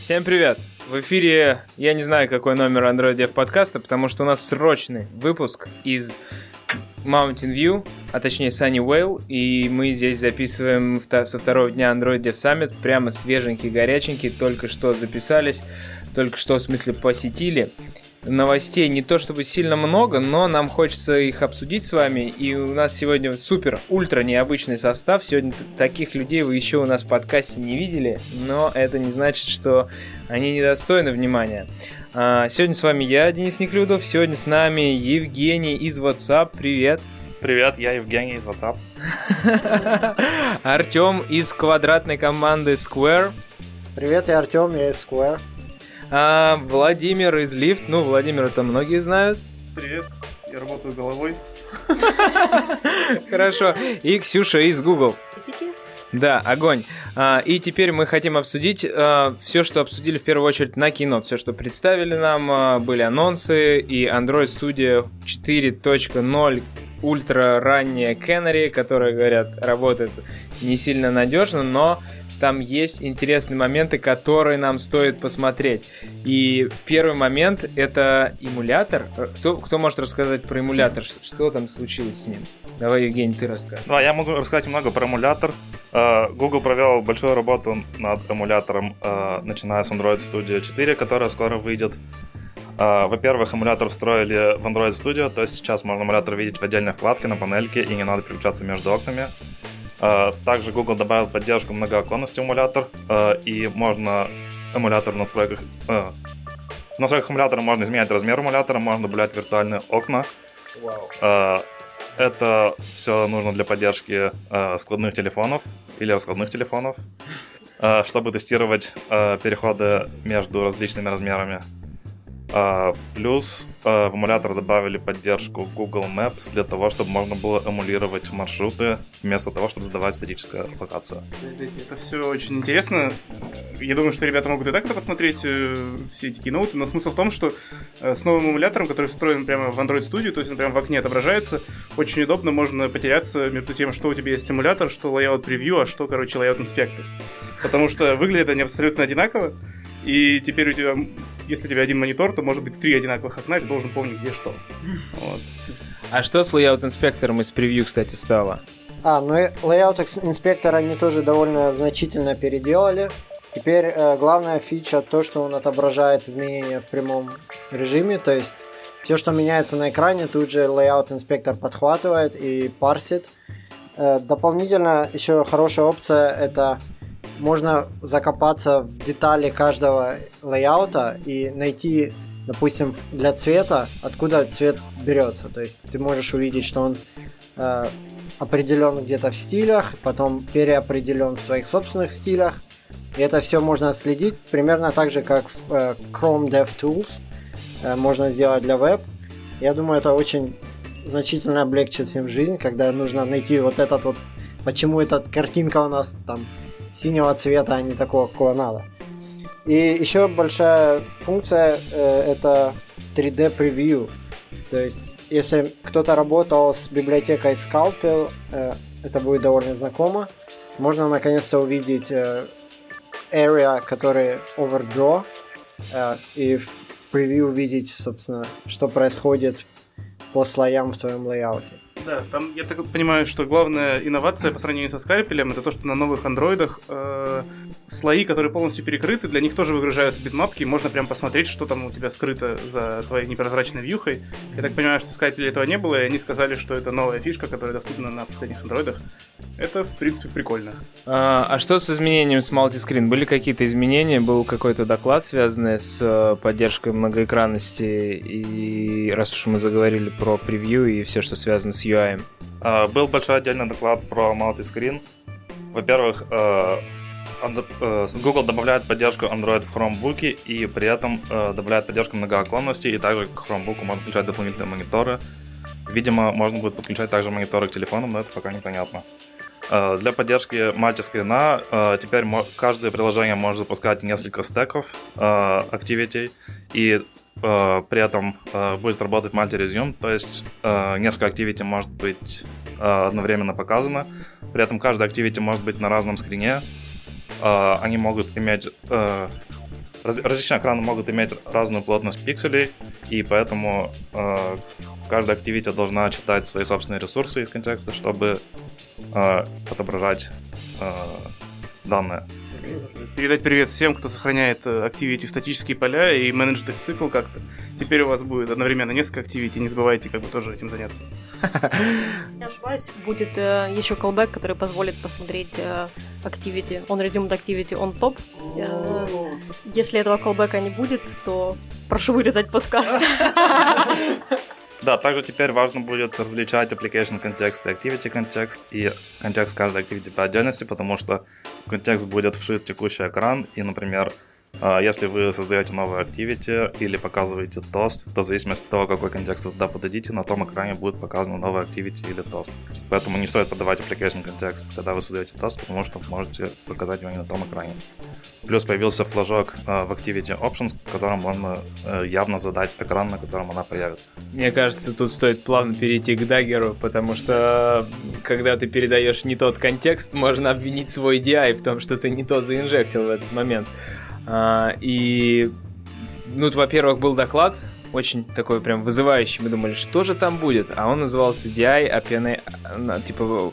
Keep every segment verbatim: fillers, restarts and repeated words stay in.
Всем привет! В эфире, я не знаю, какой номер Android Dev подкаста, потому что у нас срочный выпуск из Mountain View, а точнее Sunnyvale, и мы здесь записываем со второго дня Android Dev Summit, прямо свеженький, горяченький, только что записались, только что, в смысле, посетили. Новостей не то чтобы сильно много, но нам хочется их обсудить с вами. И у нас сегодня супер, ультра необычный состав. Сегодня таких людей вы еще у нас в подкасте не видели, но это не значит, что они недостойны внимания. Сегодня с вами я, Денис Неклюдов. Сегодня с нами Евгений из WhatsApp. Привет. Привет, я Евгений из WhatsApp. Артем из квадратной команды Square. Привет, я Артем, я из Square. А, Владимир из Lyft. Ну, Владимир это многие знают. Привет, я работаю головой. Хорошо. И Ксюша из Google. Да, огонь. А, и теперь мы хотим обсудить а, все, что обсудили в первую очередь на Keynote. Все, что представили нам, а, были анонсы и Android Studio четыре точка ноль ультра ранняя Canary, которые, говорят, работает не сильно надежно, но там есть интересные моменты, которые нам стоит посмотреть. И первый момент — это эмулятор. Кто, кто может рассказать про эмулятор? Что там случилось с ним? Давай, Евгений, ты расскажешь. Да, я могу рассказать немного про эмулятор. Google провел большую работу над эмулятором, начиная с Android Studio четыре, которая скоро выйдет. Во-первых, эмулятор встроили в Android Studio, то есть сейчас можно эмулятор видеть в отдельной вкладке на панельке, и не надо переключаться между окнами. Также Google добавил поддержку многооконности эмулятор, и можно эмулятор в настройках... В настройках эмулятора можно изменять размер эмулятора, можно добавлять виртуальные окна. Wow. Это все нужно для поддержки складных телефонов или раскладных телефонов, чтобы тестировать переходы между различными размерами. Uh, плюс uh, в эмулятор добавили поддержку Google Maps для того, чтобы можно было эмулировать маршруты вместо того, чтобы задавать статическую локацию. Это все очень интересно. Я думаю, что ребята могут и так это посмотреть, э, все эти кейноуты, но смысл в том, что э, с новым эмулятором, который встроен прямо в Android Studio, то есть он прямо в окне отображается, очень удобно, можно потеряться между тем, что у тебя есть эмулятор, что layout preview, а что, короче, layout inspector. Потому что выглядят они абсолютно одинаково, и теперь у тебя, если у тебя один монитор, то может быть три одинаковых окна, и ты должен помнить, где что. Вот. А что с Layout инспектором из превью, кстати, стало? А, ну и Layout инспектор они тоже довольно значительно переделали. Теперь э, главная фича то, что он отображает изменения в прямом режиме, то есть все, что меняется на экране, тут же Layout инспектор подхватывает и парсит. Э, дополнительно еще хорошая опция — это можно закопаться в детали каждого лейаута и найти, допустим, для цвета, откуда цвет берется. То есть ты можешь увидеть, что он э, определен где-то в стилях, потом переопределен в своих собственных стилях. И это все можно отследить примерно так же, как в э, Chrome DevTools э, можно сделать для веб. Я думаю, это очень значительно облегчит всем жизнь, когда нужно найти вот этот вот, почему эта картинка у нас там синего цвета, а не такого, какого надо. И еще большая функция э, это три дэ Preview. То есть, если кто-то работал с библиотекой Scalpel, э, это будет довольно знакомо. Можно наконец-то увидеть э, area, который overdraw, э, и в превью увидеть, собственно, что происходит по слоям в твоем лейауте. Да, там я так понимаю, что главная инновация по сравнению со скальпелем — это то, что на новых андроидах э, слои, которые полностью перекрыты, для них тоже выгружаются битмапки, и можно прям посмотреть, что там у тебя скрыто за твоей непрозрачной вьюхой. Я так понимаю, что в скальпеле этого не было, и они сказали, что это новая фишка, которая доступна на последних андроидах. Это, в принципе, прикольно. А, а что с изменением с мультискрин? Были какие-то изменения? Был какой-то доклад, связанный с поддержкой многоэкранности? И раз уж мы заговорили про превью и все, что связано с ю ай. Uh, был большой отдельный доклад про multiscreen. Во-первых, uh, uh, Google добавляет поддержку Android в Chromebook, и при этом uh, добавляет поддержку многооконности, и также к Chromebook можно подключать дополнительные мониторы. Видимо, можно будет подключать также мониторы к телефонам, но это пока непонятно. Uh, для поддержки мультискрина uh, теперь мо- каждое приложение может запускать несколько стеков uh, activity, и Uh, при этом uh, будет работать multi-resume, то есть uh, несколько activity может быть uh, одновременно показано. При этом каждая activity может быть на разном скрине. Uh, они могут иметь uh, раз, различные экраны могут иметь разную плотность пикселей, и поэтому э, каждая activity должна читать свои собственные ресурсы из контекста, чтобы э, отображать э, данные. Передать привет всем, кто сохраняет Activity в статические поля и менеджит их цикл как-то. Теперь у вас будет одновременно несколько Activity, не забывайте как бы тоже этим заняться. Не ошибаюсь, будет э, еще callback, который позволит посмотреть э, Activity, on resumed Activity on top. Э, если этого callback не будет, то прошу вырезать подкаст. Да, также теперь важно будет различать application контекст и activity контекст, и контекст каждой activity по отдельности, потому что в контекст будет вшит текущий экран, и, например, если вы создаете новую activity или показываете тост, то в зависимости от того, какой контекст вы туда подадите, на том экране будет показана новая activity или тост. Поэтому не стоит подавать application контекст, когда вы создаете тост, потому что можете показать его не на том экране. Плюс появился флажок э, в Activity Options, в котором можно э, явно задать экран, на котором она появится. Мне кажется, тут стоит плавно перейти к Dagger, потому что когда ты передаешь не тот контекст, можно обвинить свой ди ай в том, что ты не то заинжектил в этот момент. А, и, ну, во-первых, был доклад, очень такой прям вызывающий. Мы думали, что же там будет? А он назывался ди ай, эй пи ай, типа,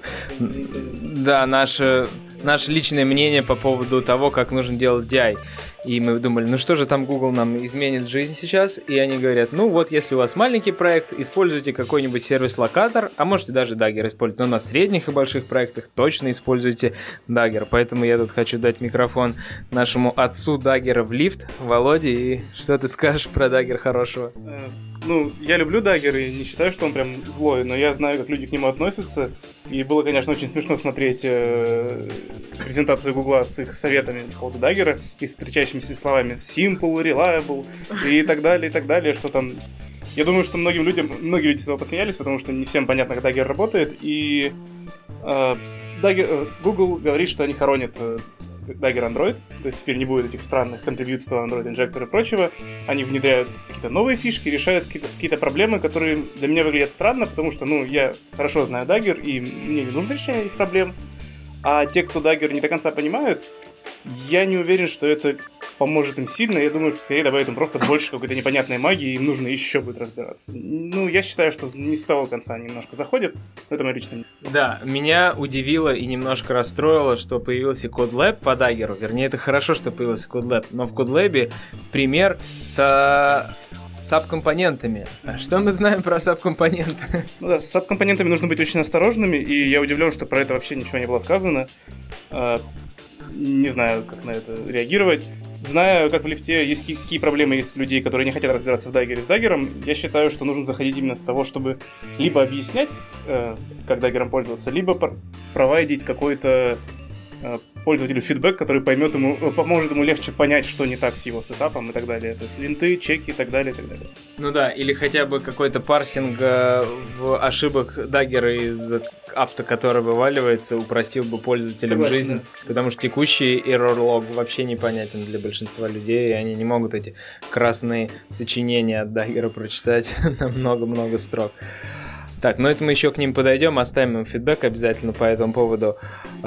да, наше... наше личное мнение по поводу того, как нужно делать ди ай. И мы думали, ну что же там Google нам изменит жизнь сейчас? И они говорят, ну вот, если у вас маленький проект, используйте какой-нибудь сервис-локатор, а можете даже Dagger использовать. Но на средних и больших проектах точно используйте Dagger. Поэтому я тут хочу дать микрофон нашему отцу Dagger в лифт, Володе. И что ты скажешь про Dagger хорошего? Ну, я люблю Dagger и не считаю, что он прям злой, но я знаю, как люди к нему относятся. И было, конечно, очень смешно смотреть э, презентацию Гугла с их советами по поводу Dagger и с встречающимися словами simple, reliable и так далее, и так далее, что там... Я думаю, что многим людям, многие люди с этого посмеялись, потому что не всем понятно, как Dagger работает, и э, Dagger, Google говорит, что они хоронят э, Dagger Android, то есть теперь не будет этих странных контрибьютств Android Injector и прочего. Они внедряют какие-то новые фишки, решают какие-то, какие-то проблемы, которые для меня выглядят странно, потому что, ну, я хорошо знаю Dagger, и мне не нужно решение этих проблем. А те, кто Dagger не до конца понимают, я не уверен, что это поможет им сильно. Я думаю, что скорее добавит им просто больше какой-то непонятной магии, и им нужно еще будет разбираться. Ну, я считаю, что не с того конца они немножко заходят, но это мое личное мнение. Да, меня удивило и немножко расстроило, что появился CodeLab по Dagger. Вернее, это хорошо, что появился CodeLab, но в CodeLab пример со... саб-компонентами. А что мы знаем про саб-компоненты? Ну да, с саб-компонентами нужно быть очень осторожными, и я удивлен, что про это вообще ничего не было сказано. Не знаю, как на это реагировать. Знаю, как в лифте есть какие проблемы есть у людей, которые не хотят разбираться в Dagger с Dagger. Я считаю, что нужно заходить именно с того, чтобы либо объяснять, как Dagger пользоваться, либо провайдить какой-то пользователю фидбэк, который поймет ему, поможет ему легче понять, что не так с его сетапом и так далее. То есть линты, чеки и так далее, и так далее. Ну да, или хотя бы какой-то парсинг в ошибок Dagger из апта, который вываливается, упростил бы пользователям Согласен, жизнь, да. Потому что текущий error log вообще непонятен для большинства людей, и они не могут эти красные сочинения от Dagger прочитать на много-много строк. Так, ну это мы еще к ним подойдем, оставим им фидбэк обязательно по этому поводу.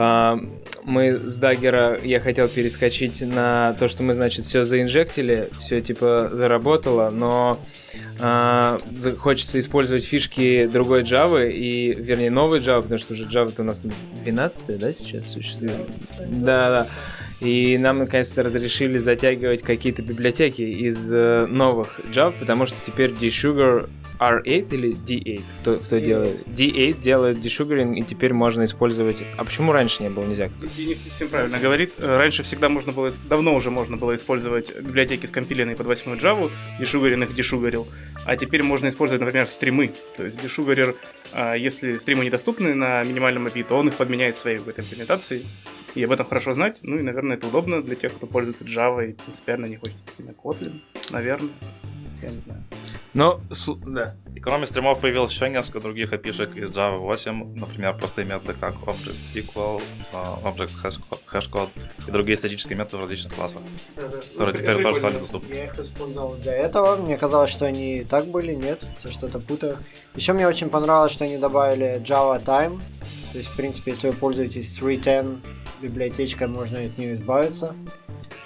Мы с Dagger, я хотел перескочить на то, что мы, значит, все заинжектили, все типа заработало, но а, хочется использовать фишки другой Java, и, вернее, новой Java, потому что уже Java-то у нас двенадцатая, да, сейчас существует? Да, да. И нам наконец-то разрешили затягивать какие-то библиотеки из э, новых Java, потому что теперь Desugar ар восемь или ди восемь, кто, кто делает? ди восемь делает дешугаринг, и теперь можно использовать... А почему раньше не было нельзя? Денис совсем правильно говорит. Раньше всегда можно было, давно уже можно было использовать библиотеки, скомпиленные под восьмую Java, дешугарин их дешугарил, а теперь можно использовать, например, стримы. То есть дешугарер, если стримы недоступны на минимальном эй пи ай, то он их подменяет своей какой-то имплементацией. И об этом хорошо знать. Ну и, наверное, это удобно для тех, кто пользуется Java и принципиально не хочет идти на Kotlin. Наверное. Я не знаю. Но, да. И кроме стримов появилось еще несколько других эй пи ай-шек из Java восемь. Например, простые методы, как Object-SQL, Object-Hashcode и другие статические методы в различных классах, да, да. которые ну, теперь тоже стали доступны. Я их использовал для этого. Мне казалось, что они и так были. Нет, я что-то путаю. Еще мне очень понравилось, что они добавили Java Time. То есть, в принципе, если вы пользуетесь три десять библиотечкой, можно от нее избавиться.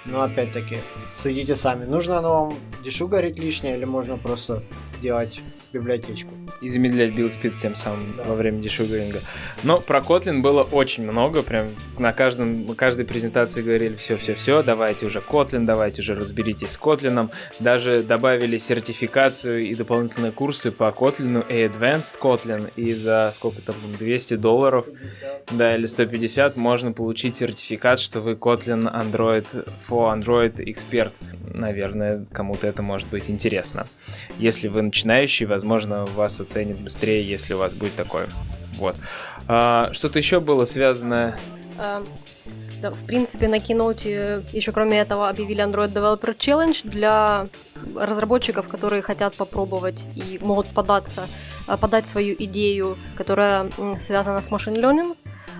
Но опять-таки, судите сами. Нужно оно вам дешугарить лишнее или можно просто делать библиотечку? И замедлять build speed тем самым Да. во время дешугаринга. Но про Kotlin было очень много, прям на каждом, каждой презентации говорили все-все-все, давайте уже Kotlin, давайте уже разберитесь с Kotlin. Даже добавили сертификацию и дополнительные курсы по Kotlin и Advanced Kotlin, и за сколько там, двести долларов, да, или сто пятьдесят можно получить сертификат, что вы Kotlin Android for Android Expert. Наверное, кому-то это может быть интересно. Если вы начинающий, возможно, вас оценят быстрее, если у вас будет такое. Вот. А, что-то еще было связано... А, да, в принципе, на Keynote еще кроме этого объявили Android Developer Challenge для разработчиков, которые хотят попробовать и могут податься, подать свою идею, которая связана с machine learning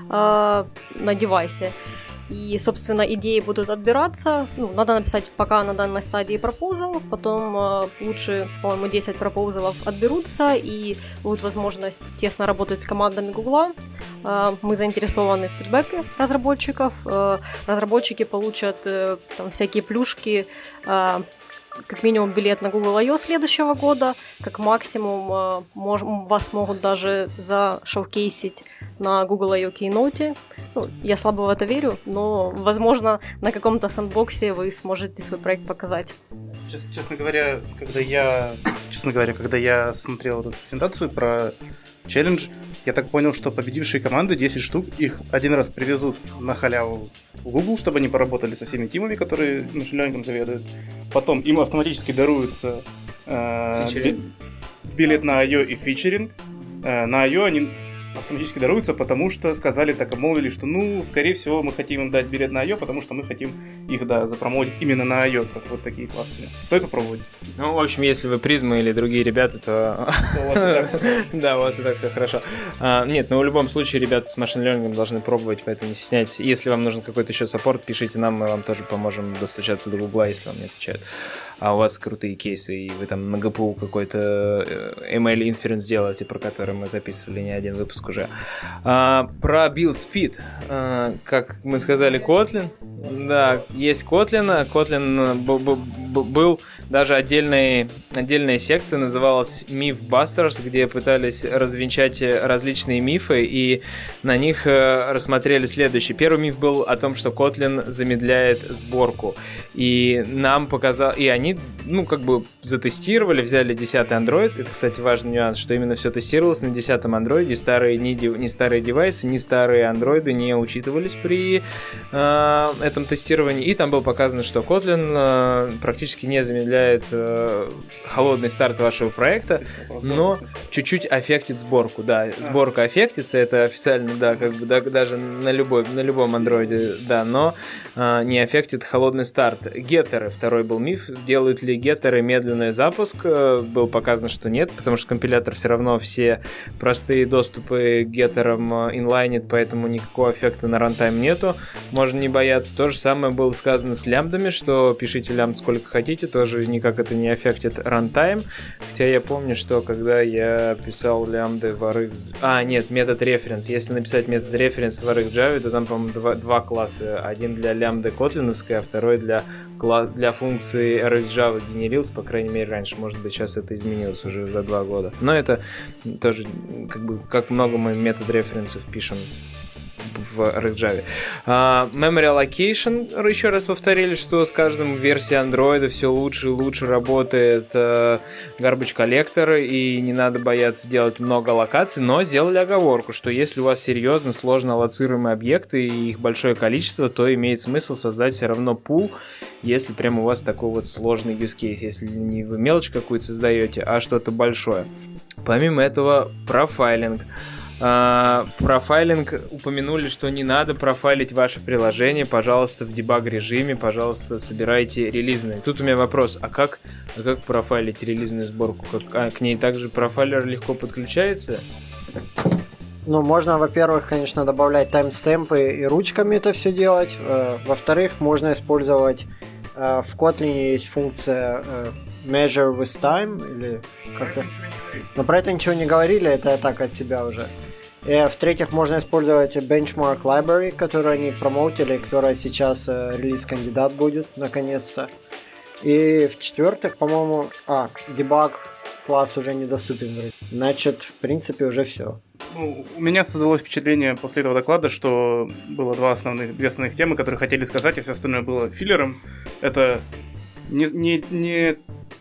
а, на девайсе. И, собственно, идеи будут отбираться. Ну, надо написать пока на данной стадии пропозал, потом э, лучше, по-моему, десять пропозалов отберутся, и будет возможность тесно работать с командами Гугла. Э, мы заинтересованы в фидбэке разработчиков. Э, разработчики получат э, там всякие плюшки, э, как минимум билет на Google I O следующего года, как максимум э, мож, вас могут даже зашоукейсить на Google I O Keynote. Ну, я слабо в это верю, но, возможно, на каком-то сэндбоксе вы сможете свой проект показать. Честно, честно говоря, когда я, честно говоря, когда я смотрел эту презентацию про челлендж, я так понял, что победившие команды, десять штук, их один раз привезут на халяву в Google, чтобы они поработали со всеми тимами, которые машин-лернингом заведуют. Потом им автоматически даруется э, би- билет на I O и фичеринг. Э, на I O они автоматически даруются, потому что сказали, так обмолвили, что, ну, скорее всего, мы хотим им дать билет на I O, потому что мы хотим их, да, запромоутить именно на I O, как вот такие классные. Стоит попробовать. Ну, в общем, если вы Призма или другие ребята, то... Да, у вас и так все хорошо. Нет, но в любом случае ребята с машин-лернингом должны пробовать, поэтому не стесняйтесь. Если вам нужен какой-то еще саппорт, пишите нам, мы вам тоже поможем достучаться до Гугла, если вам не отвечают. А у вас крутые кейсы, и вы там на джи пи ю какой-то эм эл inference делаете, про который мы записывали не один выпуск уже. А, про build speed. А, как мы сказали, Kotlin. Да, есть Kotlin. Kotlin б- б- б- был даже отдельной, отдельная секция, называлась Mythbusters, где пытались развенчать различные мифы, и на них рассмотрели следующее. Первый миф был о том, что Kotlin замедляет сборку. И нам показал... И они, ну, как бы затестировали, взяли десятый Android. Это, кстати, важный нюанс, что именно все тестировалось на десятом Android. И старые, ни, ни старые девайсы, ни старые Android не учитывались при э, этом тестировании. И там было показано, что Kotlin э, практически не замедляет э, холодный старт вашего проекта, но чуть-чуть аффектит сборку. Да, сборка аффектится, это официально, да, как бы да, даже на, любой, на любом Android, да, но э, не аффектит холодный старт. Геттеры, второй был миф. Делают ли геттеры медленный запуск? Э, было показано, что нет, потому что компилятор все равно все простые доступы к геттерам э, инлайнит, поэтому никакого эффекта на рантайм нету. Можно не бояться. То же самое было сказано с лямбдами, что пишите лямбд сколько хотите, тоже никак это не аффектит рантайм. Хотя я помню, что когда я писал лямбды в ар икс... А, нет, метод референс. Если написать метод референс в ар икс Java, то там, по-моему, два, два класса. Один для лямбды котлиновской, а второй для, для функции ар икс Java генерился, по крайней мере, раньше. Может быть, сейчас это изменилось уже за два года. Но это тоже, как бы, как много мы метод референсов пишем в ар икс Java. Uh, Memory Allocation, еще раз повторили, что с каждым версией Android все лучше и лучше работает uh, Garbage Collector, и не надо бояться делать много локаций, но сделали оговорку, что если у вас серьезно сложно аллоцируемые объекты и их большое количество, то имеет смысл создать все равно пул, если прямо у вас такой вот сложный use case, если не вы мелочь какую-то создаете, а что-то большое. Помимо этого, профайлинг. Uh, профайлинг упомянули, что не надо профайлить ваше приложение, пожалуйста, в дебаг режиме, пожалуйста, собирайте релизные. Тут у меня вопрос, а как, а как профайлить релизную сборку? Как, а к ней также профайлер легко подключается? Ну, можно, во-первых, конечно, добавлять таймстемпы и ручками это все делать. Во-вторых, можно использовать, в Kotlin есть функция measure with time, или как-то... Но про это ничего не говорили, это я так от себя уже. И, в-третьих, можно использовать Benchmark Library, которую они промоутили, которая сейчас э, релиз-кандидат будет, наконец-то. И, в-четвертых, по-моему... А, дебаг класс уже недоступен. Значит, в принципе, уже все. Ну, у меня создалось впечатление после этого доклада, что было два основных, две основных темы, которые хотели сказать, и все остальное было филлером. Это не, не, не,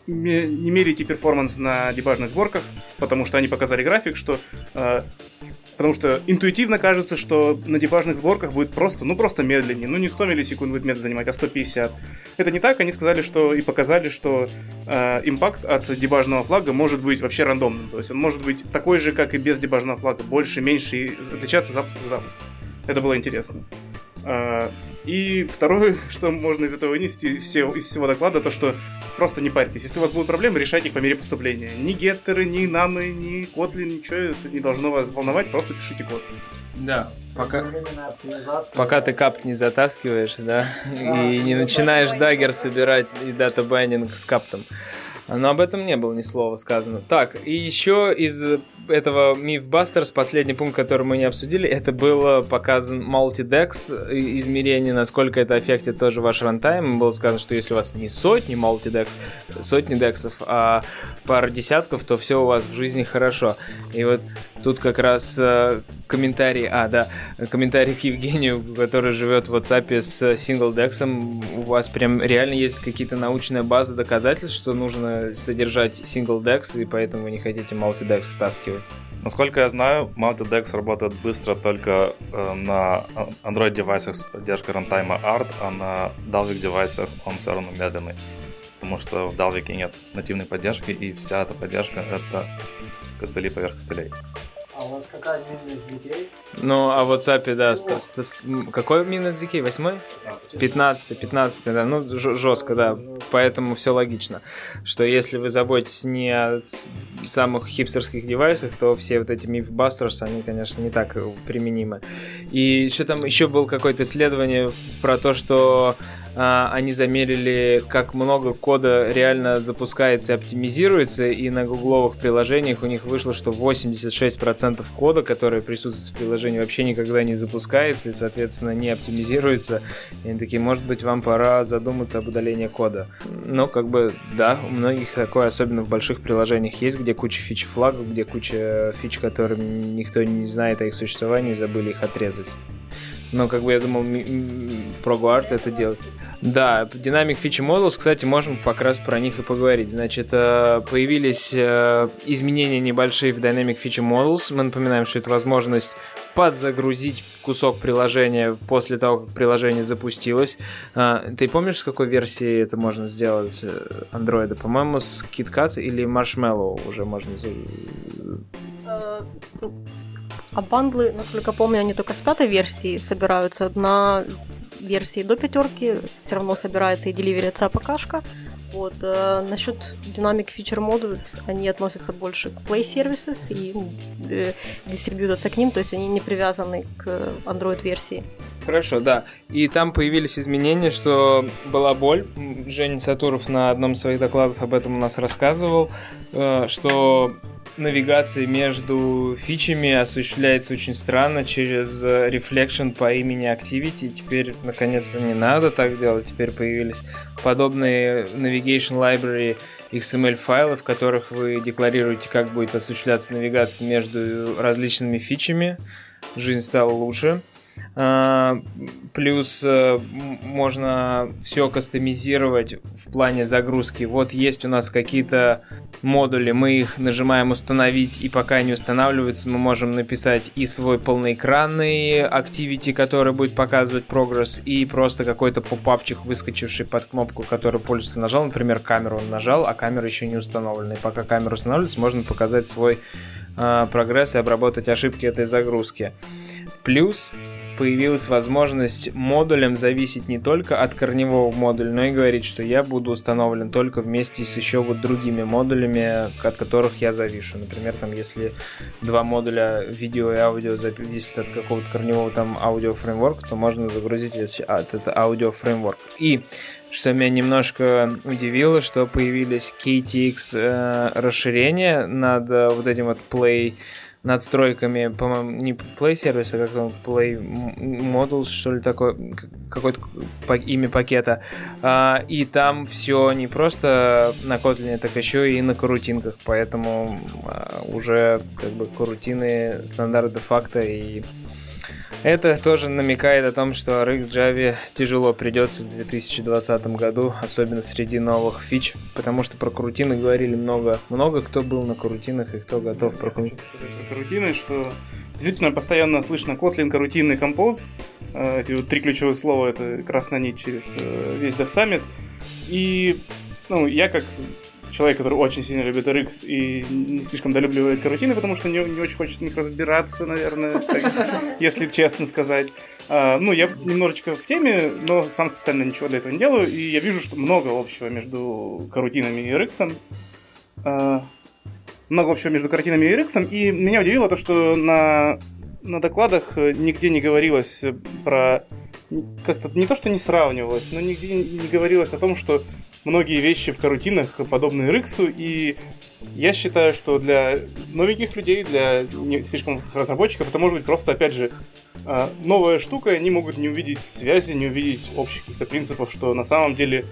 не мерите перформанс на дебажных сборках, потому что они показали график, что... Э, потому что интуитивно кажется, что на дебажных сборках будет просто, ну просто медленнее, ну не сто миллисекунд будет метод занимать, а сто пятьдесят. Это не так, они сказали, что и показали, что э, импакт от дебажного флага может быть вообще рандомным, то есть он может быть такой же, как и без дебажного флага, больше, меньше и отличаться запуск к запуску. Это было интересно. Э, и второе, что можно из этого вынести, из всего, из всего доклада, то что просто не парьтесь. Если у вас будут проблемы, решайте их по мере поступления. Ни геттеры, ни намы, ни Kotlin, ничего это не должно вас волновать, просто пишите код. Да, пока, пока ты капт не затаскиваешь, да, да и не начинаешь даггер собирать и дата-байнинг с каптом. Но об этом не было ни слова сказано. Так, и еще из этого Mythbusters последний пункт, который мы не обсудили, это было показан multi-dex измерение, насколько это аффектит тоже ваш рантайм. Было сказано, что если у вас не сотни multi-dex, сотни дексов, а пара десятков, то все у вас в жизни хорошо. И вот тут как раз э, комментарий, а, да, комментарий к Евгению, который живет в WhatsApp с single-дексом. У вас прям реально есть какие-то научные базы доказательств, что нужно содержать single-декс, и поэтому вы не хотите multi-dex стаскивать? Насколько я знаю, multi-dex работает быстро только э, на Android-девайсах с поддержкой рантайма Art, а на Dalvik-девайсах он все равно медленный. Потому что в Dalvik нет нативной поддержки, и вся эта поддержка — это костыли поверх костылей. А у вас какая мин эс ди кей? Ну, а в WhatsApp, да, ст- ст- ст- какой мин эс ди кей? Восьмой? Пятнадцатый, пятнадцатый, да, ну, ж- жестко, да, поэтому все логично, что если вы заботитесь не о самых хипстерских девайсах, то все вот эти Mythbusters, они, конечно, не так применимы. И что там еще было какое-то исследование про то, что а, они замерили, как много кода реально запускается и оптимизируется, и на гугловых приложениях у них вышло, что восемьдесят шесть процентов кода, который присутствует в приложении, вообще никогда не запускается и, соответственно, не оптимизируется. И они такие, может быть, вам пора задуматься об удалении кода. Но, как бы, да, у многих такое, особенно в больших приложениях, есть, где куча фич-флагов, где куча фич, которым никто не знает о их существовании, забыли их отрезать. Но, как бы, я думал, ProGuard это делает. Да, Dynamic Feature Models, кстати, можем как раз про них и поговорить. Значит, появились изменения небольшие в Dynamic Feature Models. Мы напоминаем, что это возможность подзагрузить кусок приложения после того, как приложение запустилось. Ты помнишь, с какой версии это можно сделать Android? По-моему, с KitKat или Marshmallow уже можно... А бандлы, насколько помню, они только с пятой версии собираются. На версии до пятерки все равно собирается и деливерится АПКшка. Вот. А насчет Dynamic Feature Models, они относятся больше к Play Services и э, дистрибьютятся к ним, то есть они не привязаны к Android-версии. Хорошо, да. И там появились изменения, что была боль. Женя Сатуров на одном из своих докладов об этом у нас рассказывал, э, что навигация между фичами осуществляется очень странно через Reflection по имени Activity. Теперь, наконец-то, не надо так делать. Теперь появились подобные Navigation Library икс эм эль-файлы, в которых вы декларируете, как будет осуществляться навигация между различными фичами. Жизнь стала лучше. Плюс можно все кастомизировать в плане загрузки. Вот есть у нас какие-то модули, мы их нажимаем установить, и пока они устанавливаются, мы можем написать и свой полноэкранный activity, который будет показывать прогресс, и просто какой-то попапчик, выскочивший под кнопку, который пользователь нажал. Например, камеру он нажал, а камера еще не установлена. И пока камера устанавливается, можно показать свой э, прогресс и обработать ошибки этой загрузки. Плюс появилась возможность модулям зависеть не только от корневого модуля, но и говорить, что я буду установлен только вместе с еще вот другими модулями, от которых я завишу. Например, там, если два модуля видео и аудио зависят от какого-то корневого там аудиофреймворка, то можно загрузить этот аудиофреймворк. И что меня немножко удивило, что появились кей ти экс э, расширения над э, вот этим вот Play надстройками, по-моему, не Play сервиса, а как он, Play Models, что ли, такое, какое-то имя пакета. А, и там все не просто на Kotlin, так еще и на корутинках, поэтому а, уже как бы корутины стандарт де-факто, и это тоже намекает о том, что ар икс Java тяжело придется в две тысячи двадцатом году, особенно среди новых фич, потому что про корутины говорили много. Много кто был на корутинах и кто готов про корутины. Про корутины, что действительно постоянно слышно Kotlin, корутины, Compose. Эти вот три ключевых слова, это красная нить через весь DevSummit. И ну, я как человек, который очень сильно любит ар икс и не слишком долюбливает корутины, потому что не, не очень хочет в них разбираться, наверное, так, если честно сказать. А, ну, я немножечко в теме, но сам специально ничего для этого не делаю, и я вижу, что много общего между корутинами и ар икс. А, много общего между корутинами и ар икс, и меня удивило то, что на, на докладах нигде не говорилось про... Как-то не то, что не сравнивалось, но нигде не говорилось о том, что многие вещи в корутинах подобны ар икс, и я считаю, что для новеньких людей, для не слишком разработчиков, это может быть просто, опять же, новая штука, и они могут не увидеть связи, не увидеть общих каких-то принципов, что на самом деле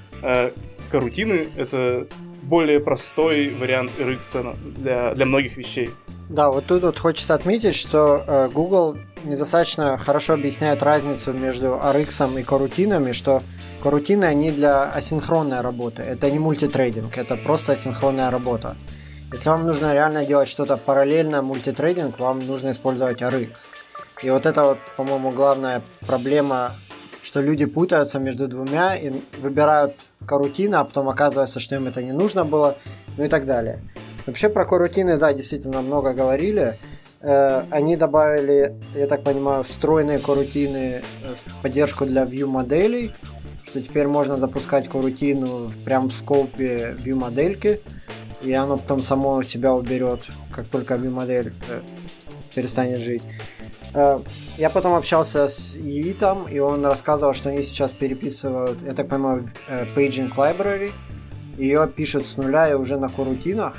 корутины — это более простой вариант ар икс для, для многих вещей. Да, вот тут вот хочется отметить, что э, Google недостаточно хорошо объясняет разницу между ар икс и корутинами, что корутины, они для асинхронной работы, это не мультитрейдинг, это просто асинхронная работа. Если вам нужно реально делать что-то параллельно мультитрейдинг, вам нужно использовать ар икс. И вот это вот, по-моему, главная проблема, что люди путаются между двумя и выбирают корутины, а потом оказывается, что им это не нужно было, ну и так далее. Вообще про корутины, да, действительно много говорили. Э, они добавили, я так понимаю, встроенные корутины, поддержку для view-моделей, что теперь можно запускать корутину прямо в скопе view-модельки, и оно потом само себя уберет, как только view-модель э, перестанет жить. Э, я потом общался с Иитом, и он рассказывал, что они сейчас переписывают, я так понимаю, Paging Library, ее пишут с нуля и уже на корутинах.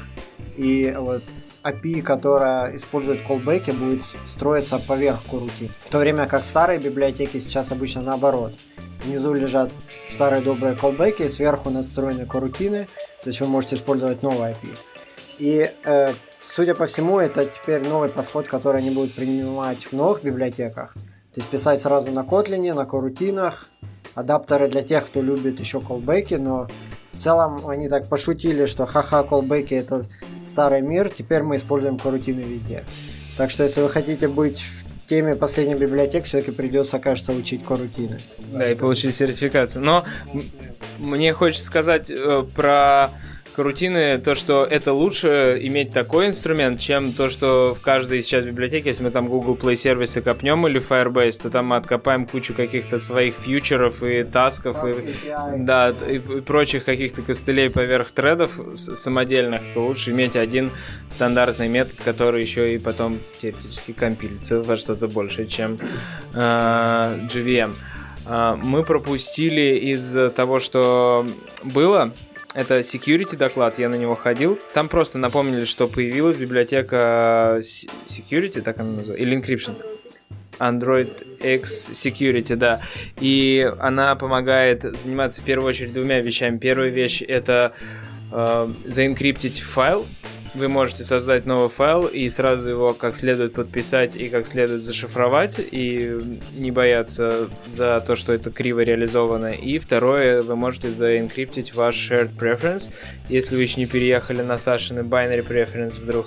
И вот эй пи ай, которая использует callback, будет строиться поверх корутин. В то время как старые библиотеки сейчас обычно наоборот. Внизу лежат старые добрые callback, сверху настроены корутины, то есть вы можете использовать новый эй пи ай. И, э, судя по всему, это теперь новый подход, который они будут принимать в новых библиотеках. То есть писать сразу на Kotlin, на корутинах, адаптеры для тех, кто любит еще callback, но в целом они так пошутили, что ха-ха, callback это старый мир, теперь мы используем корутины везде. Так что если вы хотите быть в теме последних библиотек, все-таки придется, кажется, учить корутины. Да, и получить сертификацию. Но мне хочется сказать э, про корутины, то, что это лучше иметь такой инструмент, чем то, что в каждой сейчас библиотеке, если мы там Google Play сервисы копнем или Firebase, то там мы откопаем кучу каких-то своих фьючеров и тасков и, да, и, и прочих каких-то костылей поверх тредов самодельных, то лучше иметь один стандартный метод, который еще и потом теоретически компилится во что-то большее, чем э, джей ви эм. Э, мы пропустили из того, что было. Это security доклад, я на него ходил. Там просто напомнили, что появилась библиотека security, так она называется, или encryption. Android X Security, да. И она помогает заниматься в первую очередь двумя вещами. Первая вещь — это э, заэнкриптить файл. Вы можете создать новый файл и сразу его как следует подписать и как следует зашифровать, и не бояться за то, что это криво реализовано. И второе, вы можете заэнкриптить ваш shared preference, если вы еще не переехали на Сашины binary preference вдруг.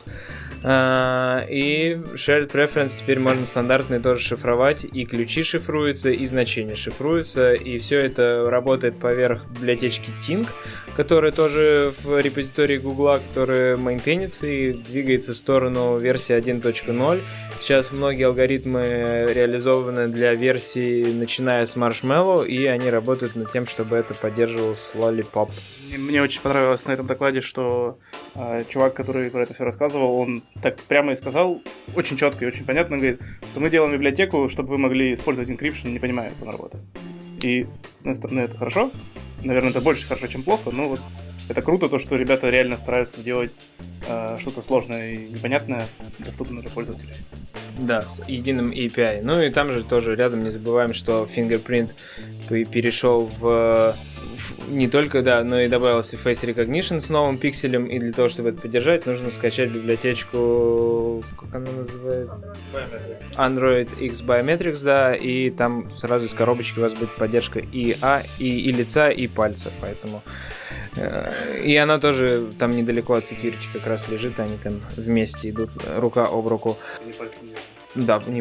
И shared preference теперь можно стандартные тоже шифровать, и ключи шифруются, и значения шифруются, и все это работает поверх библиотечки Tink, которая тоже в репозитории Гугла, которая мейнтейнится и двигается в сторону версии один точка ноль. Сейчас многие алгоритмы реализованы для версии, начиная с Marshmallow, и они работают над тем, чтобы это поддерживалось Lollipop. Мне очень понравилось на этом докладе, что э, чувак, который про это все рассказывал, он так прямо и сказал, очень четко и очень понятно, говорит, что мы делаем библиотеку, чтобы вы могли использовать encryption, не понимая, как он работает. И, с одной стороны, это хорошо, наверное, это больше хорошо, чем плохо, но вот это круто, то, что ребята реально стараются делать э, что-то сложное и непонятное, доступное для пользователей. Да, с единым эй пи ай. Ну и там же тоже рядом не забываем, что Fingerprint перешел в, в не только, да, но и добавился Face Recognition с новым пикселем, и для того, чтобы это поддержать, нужно скачать библиотечку, как она называется? Android X Biometrics, да, и там сразу из коробочки у вас будет поддержка и А, и, и лица, и пальца, поэтому... И она тоже там недалеко от security как раз лежит, они там вместе идут рука об руку. Не пальцем не Да, не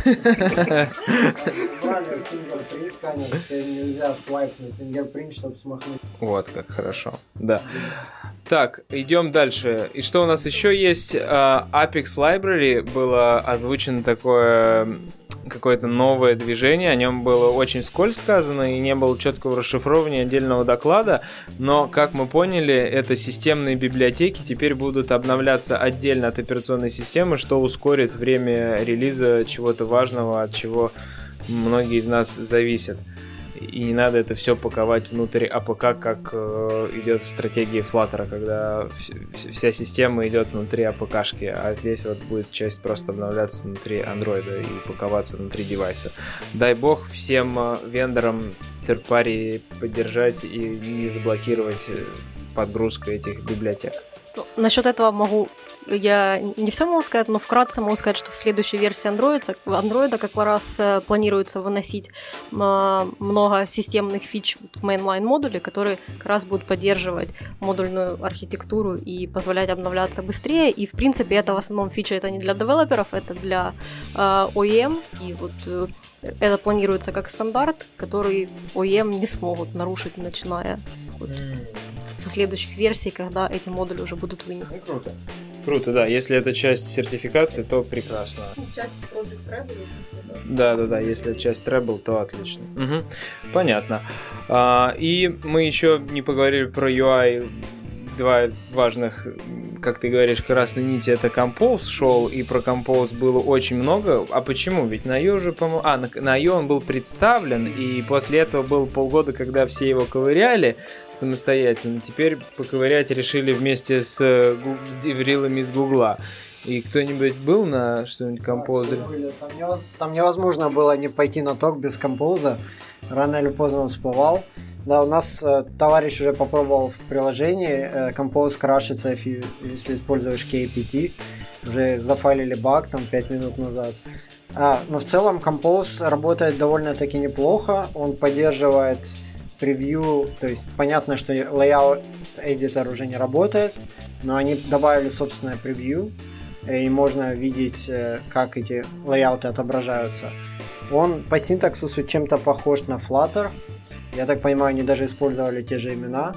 Убрали фингерпринт сканер, теперь нельзя свайпнуть фингерпринт, чтобы смахнуть. Вот, как хорошо, да. Так, идем дальше. И что у нас еще есть? Apex Library было озвучено такое... какое-то новое движение, о нем было очень вскользь сказано и не было четкого расшифрования отдельного доклада, но, как мы поняли, это системные библиотеки теперь будут обновляться отдельно от операционной системы, что ускорит время релиза чего-то важного, от чего многие из нас зависят. И не надо это все паковать внутрь эй пи кей, как э, идет в стратегии Flutter, когда в- вся система идет внутри эй пи кей-шки, а здесь вот будет часть просто обновляться внутри Android и паковаться внутри девайса. Дай бог всем э, вендорам third-party поддержать и не заблокировать подгрузку этих библиотек. Ну, насчет этого могу... Я не все могу сказать, но вкратце могу сказать, что в следующей версии Android, Android как раз планируется выносить много системных фич в mainline модуле, которые как раз будут поддерживать модульную архитектуру и позволять обновляться быстрее. И, в принципе, это в основном фича, это не для девелоперов, это для о и эм. И вот это планируется как стандарт, который о и эм не смогут нарушить, начиная вот со следующих версий, когда эти модули уже будут выняты. Ну, круто. Круто, да. Если это часть сертификации, то прекрасно. Часть Project Treble, Да, да, да. Если это часть Treble, то отлично. Угу. Понятно. А, и мы еще не поговорили про ю ай. Два важных, как ты говоришь, красной нити — это Compose шел, и про Compose было очень много. А почему? Ведь на ай о же, по-моему... А, на, на ай о он был представлен, и после этого было полгода, когда все его ковыряли самостоятельно. Теперь поковырять решили вместе с деврилами из Гугла. И кто-нибудь был на что-нибудь Compose? Там, невоз... Там невозможно было не пойти на ток без Compose. Рано или поздно он всплывал. Да, у нас э, товарищ уже попробовал в приложении. Э, Compose крашится, если используешь кей пи ти. Уже зафайлили баг там пять минут назад. А, но в целом Compose работает довольно-таки неплохо. Он поддерживает превью. То есть понятно, что Layout Editor уже не работает. Но они добавили собственное превью. И можно видеть, э, как эти лейауты отображаются. Он по синтаксису чем-то похож на Flutter. Я так понимаю, они даже использовали те же имена.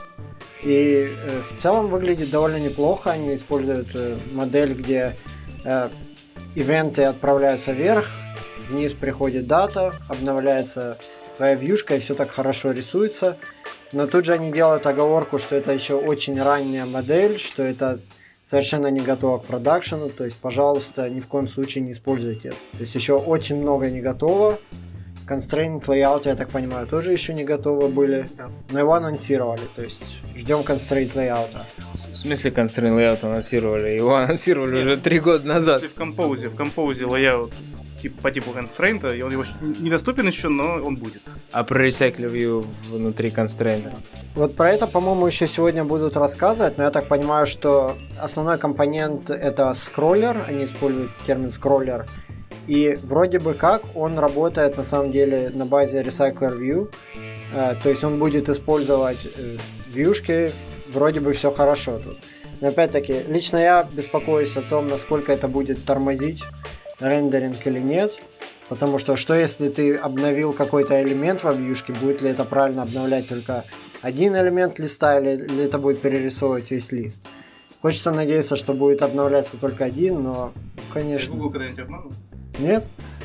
И э, в целом выглядит довольно неплохо. Они используют э, модель, где э, ивенты отправляются вверх, вниз приходит дата, обновляется твоя вьюшка, и все так хорошо рисуется. Но тут же они делают оговорку, что это еще очень ранняя модель, что это совершенно не готово к продакшену. То есть, пожалуйста, ни в коем случае не используйте это. То есть еще очень много не готово. Constraint Layout, я так понимаю, тоже еще не готовы были, но его анонсировали, то есть ждем Constraint Layout. В смысле Constraint Layout анонсировали? Его анонсировали Нет. уже три года назад. В Compose, в Compose Layout тип, по типу Constraint, и он его недоступен еще, но он будет. А про Recycle View внутри Constraint? Вот про это, по-моему, еще сегодня будут рассказывать, но я так понимаю, что основной компонент это скроллер, они используют термин скроллер. И вроде бы как он работает на самом деле на базе Recycler View, э, то есть он будет использовать э, вьюшки, вроде бы все хорошо тут. Но опять-таки, лично я беспокоюсь о том, насколько это будет тормозить рендеринг или нет, потому что что если ты обновил какой-то элемент во вьюшке, будет ли это правильно обновлять только один элемент листа или, или это будет перерисовывать весь лист. Хочется надеяться, что будет обновляться только один, но, конечно... Google когда-нибудь обманул? Нет?